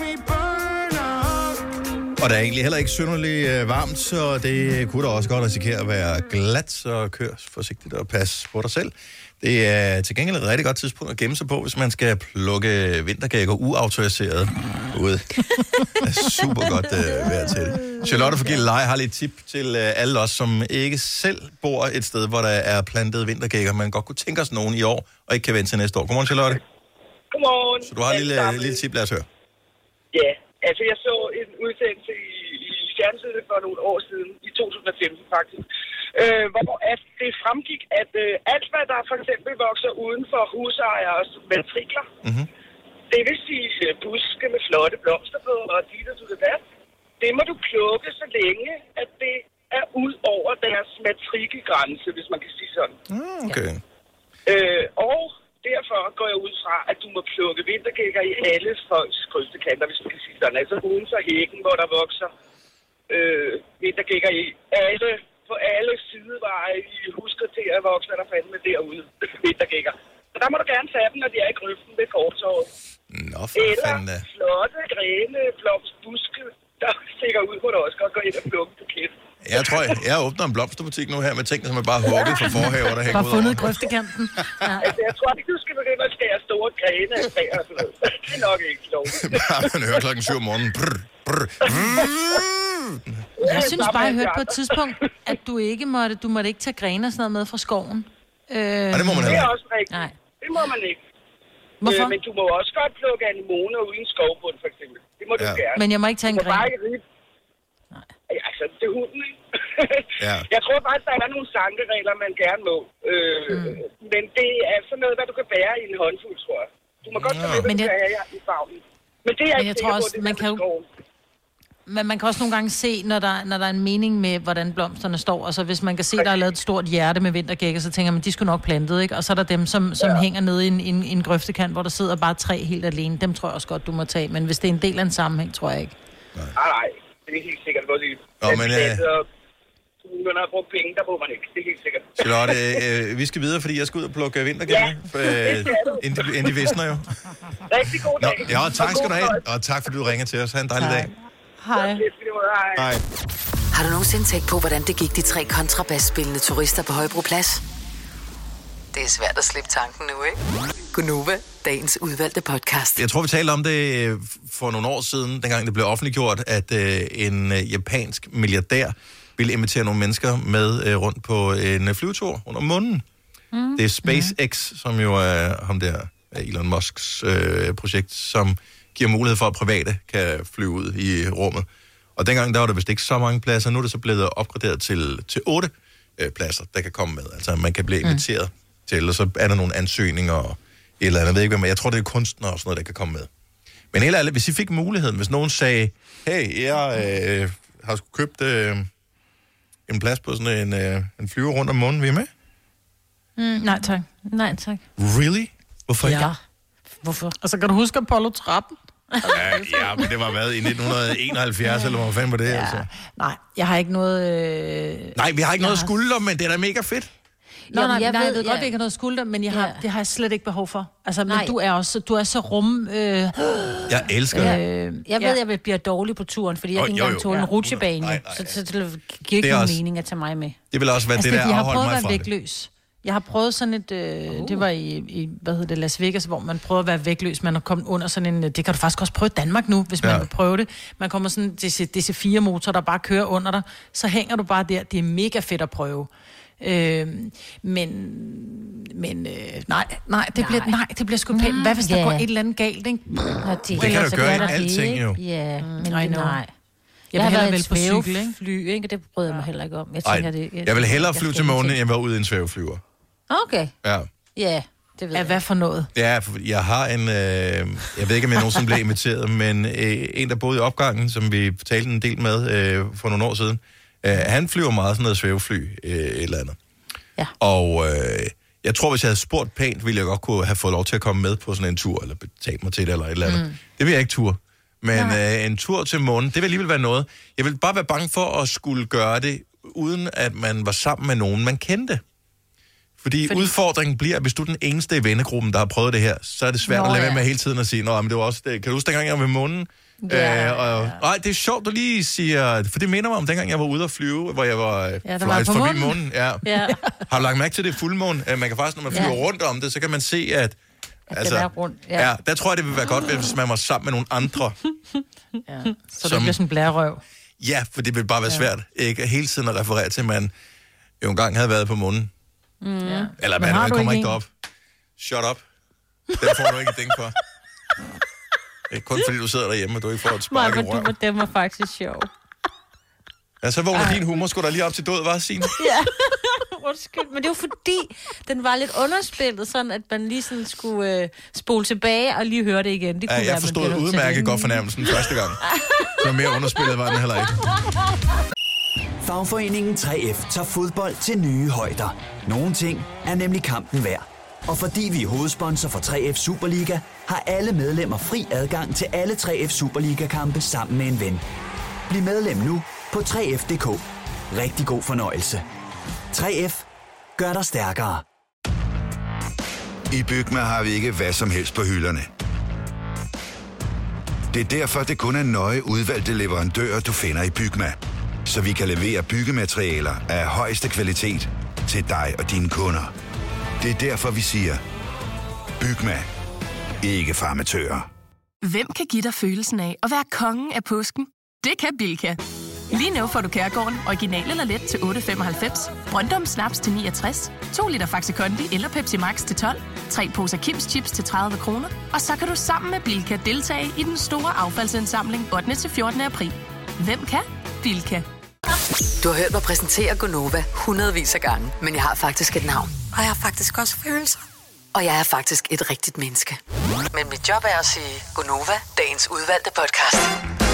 Og der er egentlig heller ikke synderligt varmt, så det kunne da også godt risikere at være glat, så kør forsigtigt og pas på dig selv. Det er til gengæld et rigtig godt tidspunkt at gemme sig på, hvis man skal plukke vintergækker uautoriseret ud. Det er super godt vejr til det. Charlotte fra Gilleleje har lidt tip til alle os, som ikke selv bor et sted, hvor der er plantet vintergækker, man godt kunne tænke os nogen i år, og ikke kan vente til næste år. Godmorgen, Charlotte. Godmorgen. Så du har et lille tip, lad os høre. Ja, altså jeg så en udsendelse i fjernsynet for nogle år siden, i 2015 faktisk, hvor at det fremgik, at alt hvad der for eksempel vokser uden for husejeres matrikler, det vil sige buske med flotte blomster på og dit og dat, det må du plukke så længe, at det er ud over deres matrikelgrænse, hvis man kan sige sådan. Okay. Og derfor går jeg ud fra, at du må plukke vintergækker i alle folks grøftekanter, hvis man kan sige sådan. Altså uden for hækken, hvor der vokser vintergækker i alle, på alle sideveje i huskriterier vokser der fandme derude vintergækker. Så der må du gerne tage dem, når de er i grøften ved fortorvet. for fanden da. Flotte, grene, blomstbuske, der stikker ud, hvor der også godt går ind og plukke buket. Jeg tror, jeg åbner en blomsterbutik nu her med ting, som er bare hugget fra forhaver, der hænger ud over. Bare fundet grøftekanten. Ja. Altså, jeg tror ikke, du skal begynde at skære store grene af træer og sådan noget. Det er nok ikke lovligt. Man hører klokken 7 om morgenen. Brr, brr. Jeg synes bare, jeg hørte på et tidspunkt, at du måtte ikke tage grene og sådan noget med fra skoven. Og det må man heller Det er ikke. også rigtigt. Nej. Det må man ikke. Hvorfor? Men du må også godt plukke anemoner uden skovbund, for eksempel. Det må du gerne. Men jeg må ikke tage en Du må bare gren. ikke ride. Nej. Altså, det er hunden, ikke? Ja. Jeg tror faktisk, der er nogle sankeregler, man gerne må. Men det er sådan noget, hvad du kan bære i en håndfuld, tror jeg. Du må godt tage med, hvad du kan have i farven. Men det er Men ikke jeg tror også, man kan jo... Men man kan også nogle gange se, når der er en mening med, hvordan blomsterne står. Altså, hvis man kan se, der er lavet et stort hjerte med vintergækker, så tænker man, de skulle nok plantet, ikke? Og så er der dem, som hænger nede i en grøftekant, hvor der sidder bare 3 helt alene. Dem tror jeg også godt, du må tage. Men hvis det er en del af en sammenhæng, tror jeg ikke. Nej, det er helt sikkert. Når man har brugt penge, der må man ikke. Det er helt sikkert. Charlotte, vi skal videre, fordi jeg skal ud og plukke vintergækker. Inden de visner jo. Rigtig god dag. Ja, tak skal du have. Og tak, fordi du ringer til os. Ha' en dejlig dag. Hej. Hej. Har du nogensinde tænkt på, hvordan det gik de 3 kontrabasspillende turister på Højbroplads? Det er svært at slippe tanken nu, ikke? Gunova, dagens udvalgte podcast. Jeg tror, vi talte om det for nogle år siden, dengang det blev offentliggjort, at en japansk milliardær ville invitere nogle mennesker med rundt på en flyvetur under månen. Det er SpaceX, som jo er ham der, Elon Musks projekt, som giver mulighed for, at private kan flyve ud i rummet. Og dengang der var der vist ikke så mange pladser. Nu er det så blevet opgraderet til 8 pladser, der kan komme med. Altså man kan blive inviteret til, og så er der nogle ansøgninger og et eller andet. Jeg ved ikke, hvad, men jeg tror, det er kunstnere og sådan noget, der kan komme med. Men helt ærligt, hvis I fik muligheden, hvis nogen sagde, hey, jeg har sgu købt en plads på sådan en flyver rundt om månen, vi er med? Nej, tak. Nej, tak. Really? Hvorfor ikke? Ja. Hvorfor? Og så kan du huske Apollo 13? Ja, men det var hvad, i 1971, eller hvor fanden var det, altså? Nej, jeg har ikke noget... Nej, vi har ikke noget skulder, men det er da mega fedt. Nå, nej, jeg ved godt, vi ikke har noget skulder, men det har jeg slet ikke behov for. Altså, men du er så rum... Jeg elsker det. Jeg bliver dårlig på turen, fordi jeg ikke engang tåle en rutsjebane. Så det giver ikke nogen mening at tage mig med. Det vil også være det, der afholder mig fra det. Vægtløs. Jeg har prøvet sådan et, det var i hvad hedder det, Las Vegas, hvor man prøver at være vægtløs. Man er kommet under sådan en, det kan du faktisk også prøve i Danmark nu, hvis man vil prøve det. Man kommer sådan DC4-motor, der bare kører under dig. Så hænger du bare der. Det er mega fedt at prøve. Men det bliver sgu pænt. Hvad hvis der går et eller andet galt, ikke? Det kan du gøre i alting, jo. Ja, men nej. Jeg vil hellere vælge på cykel, ikke? Fly, ikke? Det bryder jeg mig heller ikke om. Jeg vil hellere flyve til månen, end jeg var ude i en svæveflyver. Okay. Ja. Ja, det ved jeg. Hvad for noget? Ja, for jeg har en... jeg ved ikke, om jeg nogensinde blev inviteret, men en, der boede i opgangen, som vi talte en del med for nogle år siden, han flyver meget sådan noget svævefly, et eller andet. Ja. Og jeg tror, hvis jeg havde spurgt pænt, ville jeg godt kunne have fået lov til at komme med på sådan en tur, eller betale mig til det, eller et eller andet. Det vil jeg ikke tur. Men en tur til månen, det vil alligevel være noget. Jeg vil bare være bange for at skulle gøre det, uden at man var sammen med nogen, man kendte. Fordi udfordringen bliver, at hvis du er den eneste i vennegruppen, der har prøvet det her, så er det svært at lade være med hele tiden at sige, nå, men det var også det. Kan du huske, dengang jeg var ved månen? Nej, det er sjovt, du lige siger, for det minder mig om dengang, jeg var ude at flyve, hvor jeg var forbi månen. Ja. Har du lagt mærke til det fuldmåne? Man kan faktisk, når man flyver rundt om det, så kan man se, at altså, det er rundt. Ja, der tror jeg, det vil være godt, hvis man var sammen med nogle andre. Så det bliver sådan en blærerøv. Ja, for det vil bare være svært, ikke? Hele tiden at referere til, at man jo engang havde været på månen. Eller man kommer ikke derop. Shut up. Den får du ikke et ding for. Kun fordi du sidder derhjemme, og du ikke får et spark i røven. Det var faktisk sjov. Ja, så vågner din humor sgu da lige op til død, var Signe? Ja, undskyld. Men det var fordi, den var lidt underspillet, sådan at man lige sådan skulle spole tilbage og lige høre det igen. Det kunne jeg forstod udmærket godt fornærmelsen første gang. Så mere underspillet var den heller ikke. Fagforeningen 3F tager fodbold til nye højder. Nogle ting er nemlig kampen værd. Og fordi vi er hovedsponsor for 3F Superliga, har alle medlemmer fri adgang til alle 3F Superliga-kampe sammen med en ven. Bliv medlem nu på 3F.dk. Rigtig god fornøjelse. 3F gør dig stærkere. I Bygma har vi ikke hvad som helst på hylderne. Det er derfor, det kun er nøje udvalgte leverandører, du finder i Bygma. Så vi kan levere byggematerialer af højeste kvalitet til dig og dine kunder. Det er derfor, vi siger, Bygma. Ikke farmatører. Hvem kan give dig følelsen af at være kongen af påsken? Det kan Bilka. Lige nu får du Kærgården original eller let til 8,95, Brøndum Snaps til 69, 2 liter Faxi Kondi eller Pepsi Max til 12, 3 poser Kims Chips til 30 kroner, og så kan du sammen med Bilka deltage i den store affaldsindsamling 8. til 14. april. Hvem kan? Bilka. Du har hørt mig præsentere Gonova hundredvis af gange, men jeg har faktisk et navn. Og jeg har faktisk også følelser. Og jeg er faktisk et rigtigt menneske. Men mit job er at sige Gonova, dagens udvalgte podcast.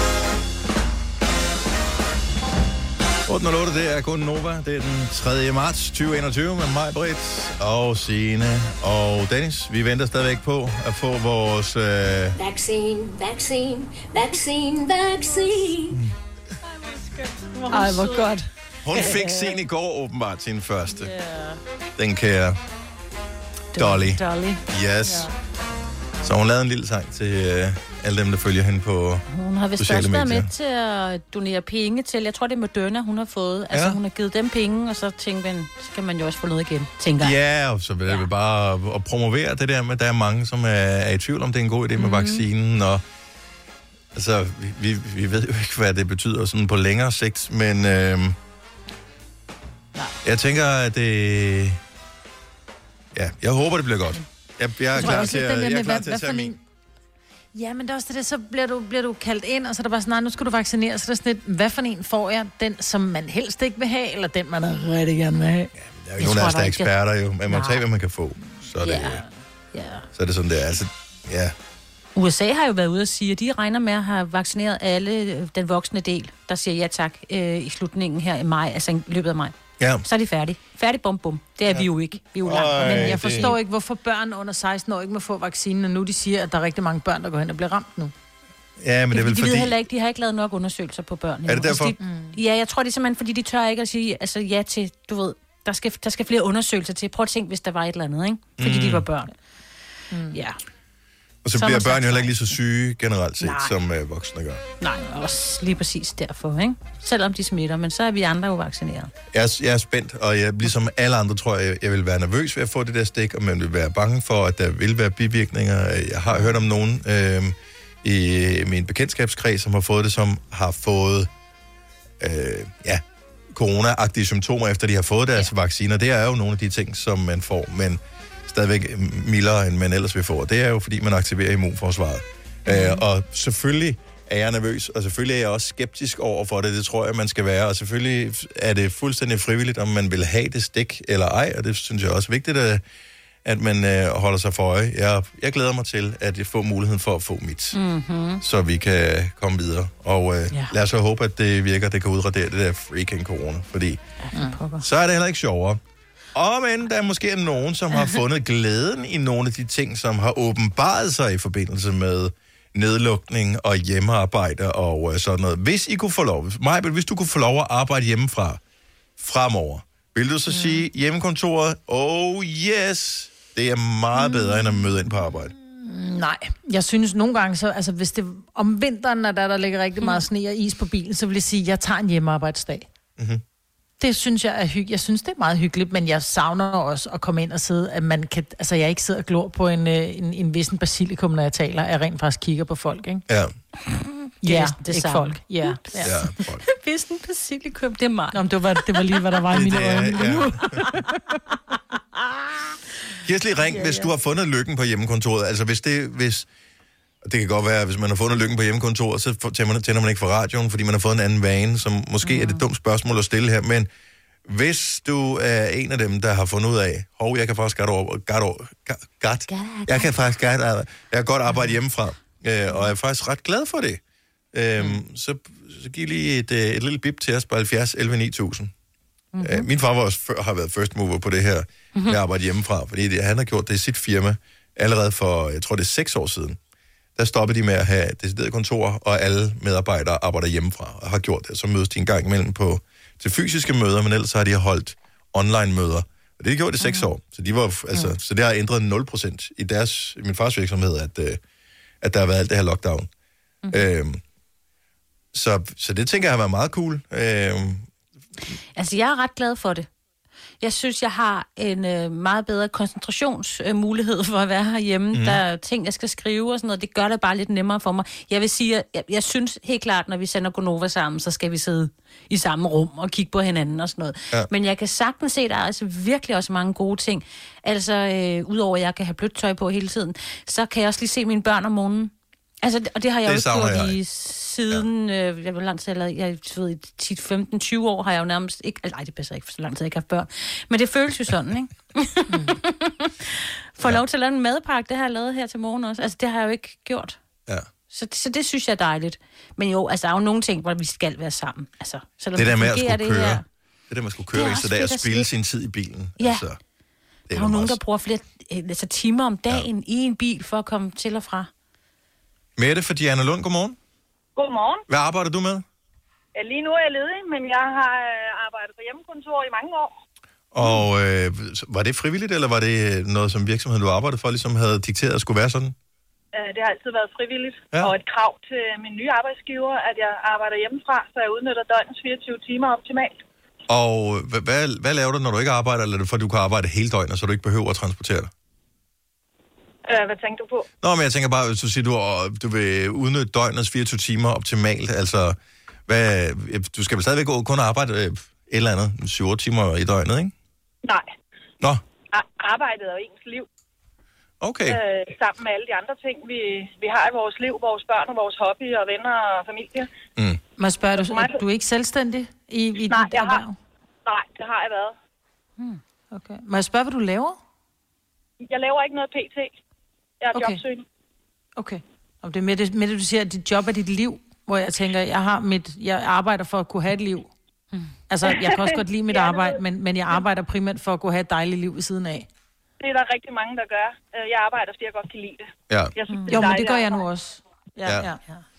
8.08, det er Gonova. Det er den 3. marts 2021 med mig, Britt, og Signe og Dennis. Vi venter stadigvæk på at få vores... Vaccine. Ej, hvor godt. Hun fik sin i går åbenbart, sin første. Yeah. Den kære Dolly. Yes. Yeah. Så hun lavede en lille sang til alle dem, der følger hende på hun har vist også været med til at donere penge til, jeg tror det er Moderna, hun har fået. Altså hun har givet dem penge, og så tænker man, så kan man jo også få noget igen, tænker jeg. Ja, og så vil jeg bare at promovere det der med, at der er mange, som er i tvivl om, det er en god idé med vaccinen, og altså, vi ved jo ikke, hvad det betyder sådan på længere sigt, men jeg tænker, at det... Ja, jeg håber, det bliver godt. Jeg er klar til at tage min. Ja, men det er også det, så bliver du kaldt ind, og så er der bare sådan, nej, nu skal du vaccinere, så er der sådan lidt, hvad for en får jeg? Den, som man helst ikke vil have, eller den, man rigtig gerne vil have? Ja, der er jo nogle af os, der er eksperter jo. Man må tage, hvad man kan få. Så er det, så er det sådan, det er. Altså, ja. USA har jo været ude at sige, at de regner med at have vaccineret alle den voksne del, der siger ja tak i slutningen her i maj, altså i løbet af maj. Ja. Så er de færdige. Færdig, bum, bum. Det er vi jo ikke. Vi er jo langt. Men jeg forstår ikke, hvorfor børn under 16 år ikke må få vaccinen, og nu de siger, at der er rigtig mange børn, der går hen og bliver ramt nu. Ja, men det er vel fordi... De ved heller ikke, de har ikke lavet nok undersøgelser på børn. Er det derfor? Altså, ja, jeg tror det er simpelthen, fordi de tør ikke at sige altså, ja til, du ved, der skal flere undersøgelser til. Prøv at tænke, hvis der var et eller andet, ikke? Fordi de var børn. Ja. Og så bliver børn jo heller ikke lige så syge generelt set, som voksne gør. Nej, også lige præcis derfor, ikke? Selvom de smitter, men så er vi andre jo vaccineret. Jeg er spændt, og jeg, ligesom alle andre tror jeg vil være nervøs ved at få det der stik, og man vil være bange for, at der vil være bivirkninger. Jeg har hørt om nogen i min bekendtskabskreds, som har fået det, som har fået corona-agtige symptomer, efter de har fået deres vacciner. Det er jo nogle af de ting, som man får, men stadigvæk mildere, end man ellers vil få. Det er jo, fordi man aktiverer immunforsvaret. Og selvfølgelig er jeg nervøs, og selvfølgelig er jeg også skeptisk over for det. Det tror jeg, man skal være. Og selvfølgelig er det fuldstændig frivilligt, om man vil have det stik eller ej, og det synes jeg også er vigtigt, at man holder sig for øje. Jeg glæder mig til, at jeg får muligheden for at få mit, så vi kan komme videre. Og lad os så håbe, at det virker, det kan udradere det der freaking corona, fordi så er det heller ikke sjovere. Men der er måske nogen, som har fundet glæden i nogle af de ting, som har åbenbaret sig i forbindelse med nedlukning og hjemmearbejde og sådan noget. Hvis I kunne få lov, Majbel, hvis du kunne få lov at arbejde hjemmefra fremover, vil du så sige hjemmekontoret, yes, det er meget bedre, end at møde ind på arbejde? Nej, jeg synes nogle gange, så, altså hvis det om vinteren, når der ligger rigtig meget sne og is på bilen, så vil jeg sige, at jeg tager en hjemmearbejdsdag. Det synes jeg er hyggeligt. Jeg synes, det er meget hyggeligt, men jeg savner også at komme ind og sidde, at man kan, altså jeg ikke sidder og glor på en vissen basilikum, når jeg taler, jeg rent faktisk kigger på folk, ikke? Ja. Ja, det ikke folk. Ja, folk. Vissen basilikum, det er mig. Nå, det var lige, hvad der var i mine øjne. Giv os lige ring, hvis du har fundet lykken på hjemmekontoret. Altså hvis det kan godt være, hvis man har fundet lykken på hjemmekontoret, så tænder man ikke for radioen, fordi man har fået en anden vane, som måske er det dumt spørgsmål at stille her, men hvis du er en af dem, der har fundet ud af, jeg kan faktisk godt arbejde hjemmefra, og jeg er faktisk ret glad for det, så giv lige et lille bip til os på 70 11 9000. Min far har været first mover på det her med at arbejde hjemmefra, fordi han har gjort det i sit firma allerede for, jeg tror det er 6 år siden. Der stoppede de med at have decideret kontor, og alle medarbejdere arbejder hjemmefra og har gjort det. Så mødes de en gang imellem til fysiske møder, men ellers har de holdt online-møder. Og det har de gjort i 6 år. Så så det har ændret 0% i min fars virksomhed, at der har været alt det her lockdown. Så det tænker jeg har været meget cool. Altså, jeg er ret glad for det. Jeg synes, jeg har en meget bedre koncentrationsmulighed for at være herhjemme. Der er ting, jeg skal skrive og sådan noget. Det gør det bare lidt nemmere for mig. Jeg vil sige, jeg synes helt klart, når vi sender Gonova sammen, så skal vi sidde i samme rum og kigge på hinanden og sådan noget. Ja. Men jeg kan sagtens se, at der er altså virkelig også mange gode ting. Altså, udover at jeg kan have blødt tøj på hele tiden, så kan jeg også lige se mine børn om morgenen. Altså, og det har jeg jo ikke gjort i siden, jeg var langt til, jeg ved, i 10, 15, 20 år har jeg jo nærmest ikke, nej, det passer ikke, for så lang tid jeg ikke har haft børn. Men det føles jo sådan, ikke? Få lov til at lave en madpakke, det har jeg lavet her til morgen også. Altså, det har jeg jo ikke gjort. Ja. Så det synes jeg er dejligt. Men jo, altså, der er jo nogle ting, hvor vi skal være sammen. Altså, det der med at skulle køre, det der med at skulle køre eneste dag og spille sin tid i bilen. Ja. Altså, der er jo nogen, der bruger flere timer om dagen i en bil for at komme til og fra. Mette fra Diana Lund, godmorgen. Godmorgen. Hvad arbejder du med? Ja, lige nu er jeg ledig, men jeg har arbejdet på hjemmekontor i mange år. Og var det frivilligt, eller var det noget, som virksomheden, du arbejdede for, ligesom havde dikteret at skulle være sådan? Det har altid været frivilligt, og et krav til min nye arbejdsgiver, at jeg arbejder hjemmefra, så jeg udnytter døgnets 24 timer optimalt. Og hvad laver du, når du ikke arbejder, eller er det for, at du kan arbejde hele døgnet, så du ikke behøver at transportere dig? Hvad tænker du på? Nå, men jeg tænker bare, hvis du siger, du vil udnytte døgnets 24 timer optimalt, altså, du skal vel stadigvæk kun arbejde et eller andet 7-8 timer i døgnet, ikke? Nej. Nå? Arbejdet er jo ens liv. Okay. Sammen med alle de andre ting, vi har i vores liv, vores børn og vores hobby og venner og familie. Må jeg spørge, du er ikke selvstændig i dit erhverv? Nej, det har jeg været. Okay. Må jeg spørge, hvad du laver? Jeg laver ikke noget PT. Jeg er jobsøgende. Okay. Og det er med det, du siger, at dit job er dit liv, hvor jeg tænker, jeg arbejder for at kunne have et liv. Altså, jeg kan også godt lide mit arbejde, men jeg arbejder primært for at kunne have et dejligt liv ved siden af. Det er der rigtig mange, der gør. Jeg arbejder, fordi jeg godt kan lide det. Ja. Jeg synes, Jo, men det gør jeg nu også. Ja.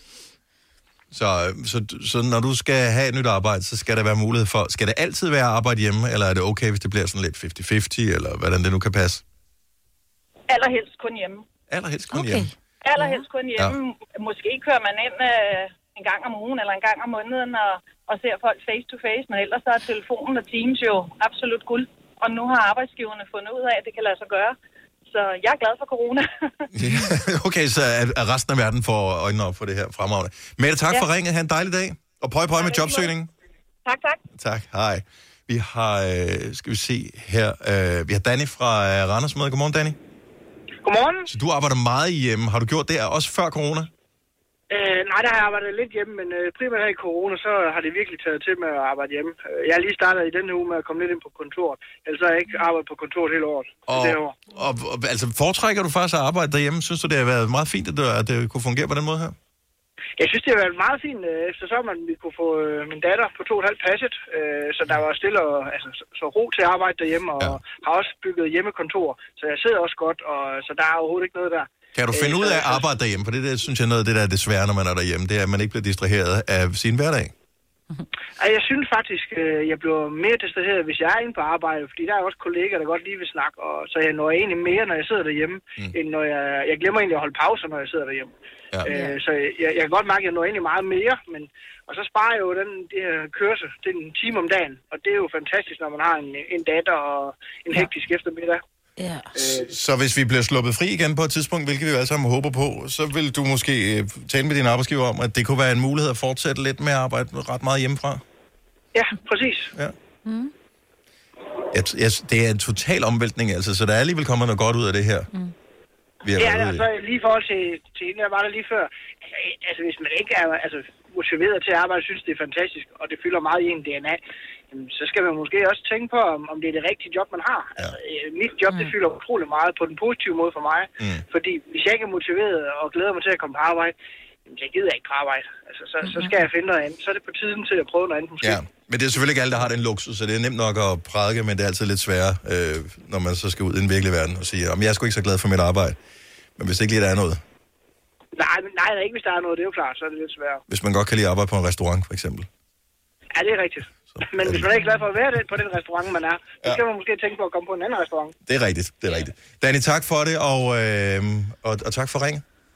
Så når du skal have et nyt arbejde, så skal der være mulighed for... Skal det altid være arbejde hjemme, eller er det okay, hvis det bliver sådan lidt 50-50, eller hvordan det nu kan passe? Allerhelst kun hjemme. Allerhelst kun hjemme? Allerhelst kun hjemme. Ja. Måske kører man ind en gang om ugen, eller en gang om måneden, og ser folk face to face, men ellers så er telefonen og Teams jo absolut guld. Og nu har arbejdsgiverne fundet ud af, at det kan lade sig gøre. Så jeg er glad for corona. Okay, så er resten af verden får øjnene op for det her fremragende. Mette, tak for ringet. Ha' en dejlig dag. Og prøv med jobsøgningen. Tak. Tak, hej. Vi har, skal vi se her, vi har Danny fra Randers med. Godmorgen, Danny. Godmorgen. Så du arbejder meget hjemme. Har du gjort det også før corona? Nej, der har jeg arbejdet lidt hjemme, men primært her i corona, så har det virkelig taget til med at arbejde hjemme. Jeg har lige startet i denne uge med at komme lidt ind på kontoret. Ellers har jeg ikke arbejdet på kontoret hele året. Og altså, foretrækker du faktisk at arbejde derhjemme? Synes du, det har været meget fint, at det kunne fungere på den måde her? Jeg synes, det har været meget fint, eftersom vi kunne få min datter på 2,5 passet, så der var stille og så ro til at arbejde derhjemme, og har også bygget hjemmekontor, så jeg sidder også godt, og så der er overhovedet ikke noget der. Kan du finde ud af at arbejde derhjemme? For det synes jeg er noget af det, der er det svære, når man er derhjemme, det er, at man ikke bliver distraheret af sin hverdag. Jeg synes faktisk, jeg bliver mere distraheret, hvis jeg er inde på arbejde, fordi der er også kolleger, der godt lige vil snakke, og så jeg når egentlig mere, når jeg sidder derhjemme, end når jeg glemmer egentlig at holde pauser, når jeg sidder derhjemme. Ja. Så jeg kan godt mærke, at jeg når egentlig meget mere, og så sparer jeg jo det her kørsel, det er en time om dagen, og det er jo fantastisk, når man har en datter og en hektisk eftermiddag. Ja. Så hvis vi bliver sluppet fri igen på et tidspunkt, hvilket vi jo alle sammen håber på, så vil du måske tale med din arbejdsgiver om, at det kunne være en mulighed at fortsætte lidt med at arbejde ret meget hjemmefra? Ja, præcis. Ja. Det er en total omvæltning, altså, så der er alligevel kommet noget godt ud af det her. Altså lige i forhold til inden jeg var der lige før, altså hvis man ikke er motiveret til at arbejde, synes det er fantastisk, og det fylder meget i en DNA, så skal man måske også tænke på, om det er det rigtige job, man har. Ja. Mit job, det fylder utrolig meget på den positive måde for mig, fordi hvis jeg ikke er motiveret og glæder mig til at komme på arbejde, så gider jeg ikke på arbejde. Altså, så skal jeg finde noget andet. Så er det på tiden til at prøve noget andet måske. Ja, men det er selvfølgelig ikke alle, der har den luksus, så det er nemt nok at prædike, men det er altid lidt sværere, når man så skal ud i den virkelige verden og sige, at jeg er sgu ikke så glad for mit arbejde. Men hvis ikke lige der er noget. Nej, ikke hvis der er noget, det er jo klart, så er det lidt sværere. Hvis man godt kan lide at arbejde på en restaurant, for eksempel. Ja, det er rigtigt. Men hvis man er ikke glad for at være på den restaurant, man er, så skal man måske tænke på at komme på en anden restaurant. Det er rigtigt. Danny, tak for det, og tak for ringet.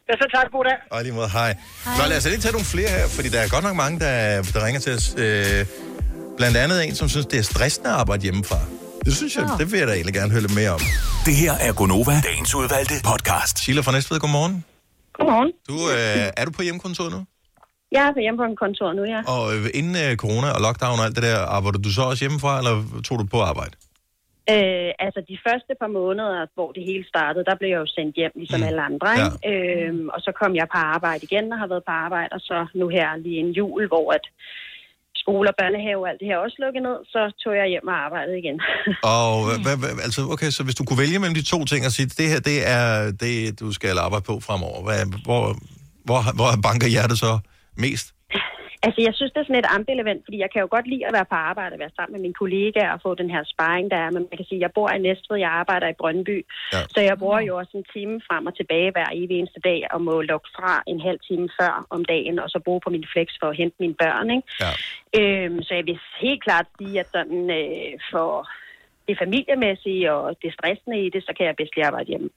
Ja, så tak. God dag. Og lige måde, hej. Nå, lad os lige tage nogle flere her, fordi der er godt nok mange, der ringer til os. Blandt andet en, som synes, det er stressende at arbejde hjemmefra. Det synes jeg, det vil jeg da egentlig gerne høre lidt mere om. Det her er Gonova, dagens udvalgte podcast. Sheila fra Næstved, godmorgen. Godmorgen. Er du på hjemmekontor nu? Jeg er på hjemmekontor nu, ja. Og inden corona og lockdown og alt det der, arbejder du så også hjemmefra, eller tog du på arbejde? Altså de første par måneder, hvor det hele startede, der blev jeg jo sendt hjem, ligesom alle andre. Ja. Og så kom jeg på arbejde igen, og har været på arbejde, og så nu her lige en jul, hvor at skole og børnehave og alt det her også lukket ned, så tog jeg hjem og arbejdede igen. Og altså, okay, så hvis du kunne vælge mellem de to ting og sige, det her, det er det, du skal arbejde på fremover, hvor banker hjertet så mest? Altså, jeg synes, det er sådan et ambivalent, fordi jeg kan jo godt lide at være på arbejde og være sammen med mine kollegaer og få den her sparring, der er. Men man kan sige, at jeg bor i Næstved, jeg arbejder i Brøndby, så jeg bruger jo også en time frem og tilbage hver evig eneste dag og må lukke fra en halv time før om dagen, og så bruge på min flex for at hente mine børn, ikke? Ja. Så jeg vil helt klart sige, at sådan, for det familiemæssige og det stressende i det, så kan jeg bedst lige arbejde hjemme.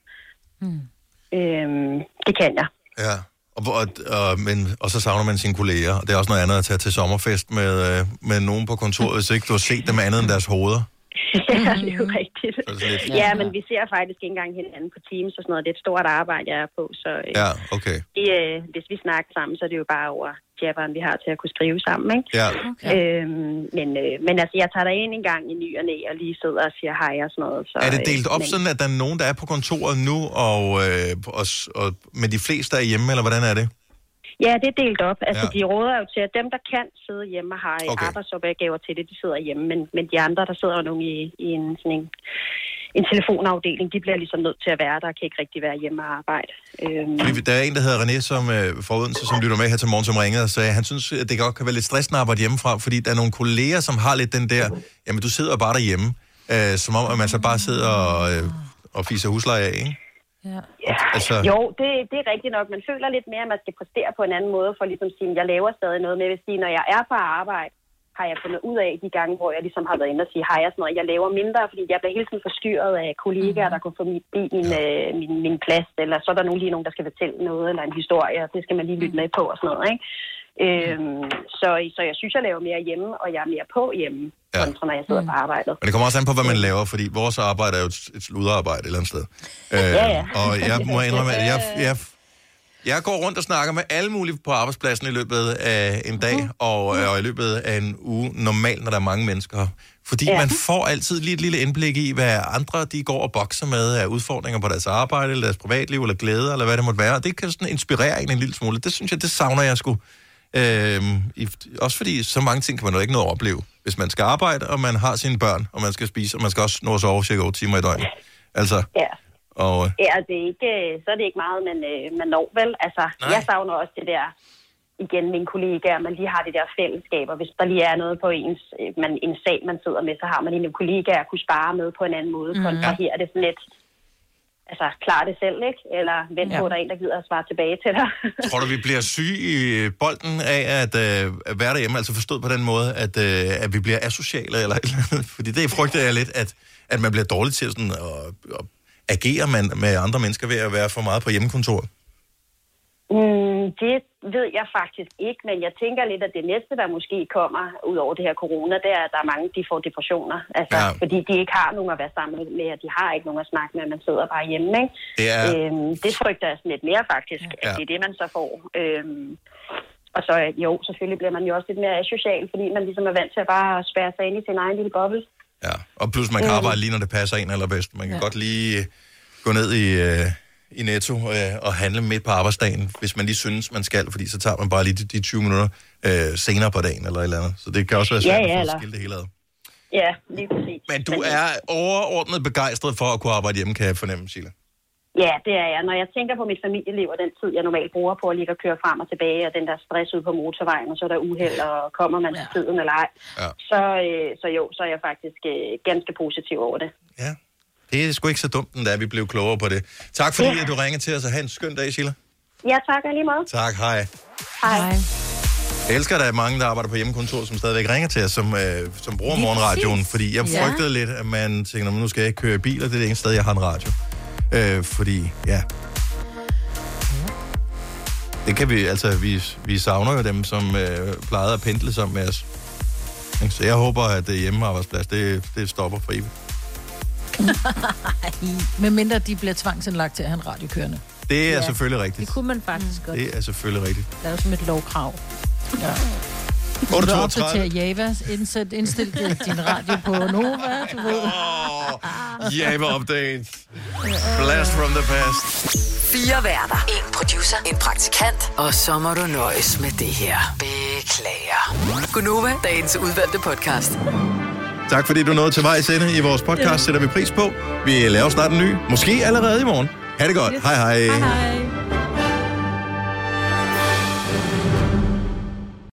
Det kan jeg. Ja. Og så savner man sine kolleger. Det er også noget andet at tage til sommerfest med nogen på kontoret, hvis ikke du har set dem andet end deres hoveder. Ja, det er jo rigtigt. Ja, men vi ser faktisk ikke engang hinanden på Teams og sådan noget. Det er et stort arbejde, jeg er på. Så, ja, okay. Hvis vi snakker sammen, så er det jo bare over chatteren, vi har til at kunne skrive sammen, ikke? Ja. Okay. Men altså, jeg tager dig en gang i ny og næ, og lige sidder og siger hej og sådan noget. Så, er det delt op sådan, at der er nogen, der er på kontoret nu, og med de fleste er hjemme, eller hvordan er det? Ja, det er delt op. Altså, de råder jo til, at dem, der kan sidde hjemme og har arbejdsopgaver til det, de sidder hjemme. Men de andre, der sidder jo nogen i en telefonafdeling, de bliver ligesom nødt til at være der, kan ikke rigtig være hjemme og arbejde. Der er en, der hedder René, som fra Odense, som lytter med her til morgen, som ringede og sagde, han synes, at det godt kan være lidt stressende at arbejde hjemmefra, fordi der er nogle kolleger, som har lidt den der, jamen du sidder bare derhjemme, som om at man så bare sidder og fiser husleje af, ikke? Ja. Altså... Jo, det er rigtigt nok. Man føler lidt mere, at man skal præstere på en anden måde, for ligesom at sige, at jeg laver stadig noget med, at sige, når jeg er på arbejde, har jeg fundet ud af de gange, hvor jeg ligesom har været inde og sige hej og sådan noget. Jeg laver mindre, fordi jeg bliver hele tiden forstyrret af kollegaer, der går forbi min plads, eller så er der lige nogen, der skal fortælle noget, eller en historie, og det skal man lige lytte med på og sådan noget, ikke? Så jeg synes, jeg laver mere hjemme, og jeg er mere på hjemme, kontra når jeg sidder på arbejdet. Men det kommer også an på, hvad man laver, fordi vores arbejde er jo et sludderarbejde et eller andet sted. Og jeg må indrømme, at jeg går rundt og snakker med alle mulige på arbejdspladsen i løbet af en dag, og i løbet af en uge, normalt, når der er mange mennesker. Fordi man får altid lige et lille indblik i, hvad andre de går og bokser med af udfordringer på deres arbejde, eller deres privatliv, eller glæder, eller hvad det måtte være. Og det kan sådan inspirere en lille smule. Det synes jeg, det savner jeg sgu. Også fordi så mange ting kan man jo ikke nå at opleve. Hvis man skal arbejde, og man har sine børn, og man skal spise, og man skal også nå at sove cirka 8 timer i døgnet. Altså... Ja, det er ikke, så er det ikke meget, men man når vel. Altså, jeg savner også det der, igen, mine kollegaer, man lige har det der fællesskaber. Hvis der lige er noget på en sag, man sidder med, så har man en kollegaer at kunne spare med på en anden måde. Kontra her er det sådan lidt, altså, klar det selv, ikke? Eller vent på, at der er en, der gider at svare tilbage til dig. Tror du, vi bliver syge i bolden af at være derhjemme? Altså forstået på den måde, at vi bliver asociale eller et eller andet? Fordi det frygter jeg lidt, at man bliver dårlig til sådan at agerer man med andre mennesker ved at være for meget på hjemmekontoret? Det ved jeg faktisk ikke, men jeg tænker lidt, at det næste, der måske kommer ud over det her corona, det er, at der er mange, de får depressioner. Altså, fordi de ikke har nogen at være sammen med, og de har ikke nogen at snakke med, man sidder bare hjemme, ikke? Det frygter jeg sådan lidt mere faktisk, at det er det, man så får. Og så jo, selvfølgelig bliver man jo også lidt mere asocial, fordi man ligesom er vant til at bare spærre sig ind i sin egen lille boble. Ja, og plus man kan arbejde lige, når det passer en allerbedst. Man kan godt lige gå ned i Netto og handle midt på arbejdsdagen, hvis man lige synes, man skal, fordi så tager man bare lige de 20 minutter senere på dagen eller et eller andet. Så det kan også være svært at få skilt det hele ad. Ja, lige præcis. Men du er overordnet begejstret for at kunne arbejde hjemme, kan jeg fornemme, Sheila? Ja, det er jeg. Når jeg tænker på mit familieliv og den tid, jeg normalt bruger på at ligge og køre frem og tilbage, og den der stress ud på motorvejen, og så er der uheld, og kommer man til tiden eller ej, så er jeg faktisk ganske positiv over det. Ja, det er sgu ikke så dumt, da vi blev klogere på det. Tak fordi du ringer til os, og have en skøn dag, Sheila. Ja, tak og lige måde. Tak, hej. Hej. Jeg elsker, at der er mange, der arbejder på hjemmekontor, som stadigvæk ringer til os, som bruger morgenradioen, fordi jeg frygtede lidt, at man tænker, nu skal jeg ikke køre bil, og det er det eneste sted, jeg har en radio. Fordi, Det kan vi, altså vi savner jo dem, som plejede at pendle sammen med os. Så jeg håber, at hjemmearbejdsplads, det stopper for evigt. Med mindre de bliver tvangsindlagt til at have en radiokørende. Det er selvfølgelig rigtigt. Det kunne man faktisk godt. Det er selvfølgelig rigtigt. Det er jo som et lovkrav. Ja. Du kan opdatere Java, indstil din radio på Nova, du ved. Java update. Blast from the past. 4 værter. 1 producer. 1 praktikant. Og så må du nøjes med det her. Beklager. Gunova, dagens udvalgte podcast. Tak fordi du nåede til vejs ende i vores podcast. Sætter vi pris på. Vi laver snart en ny. Måske allerede i morgen. Ha' det godt. Hej hej. Hej hej.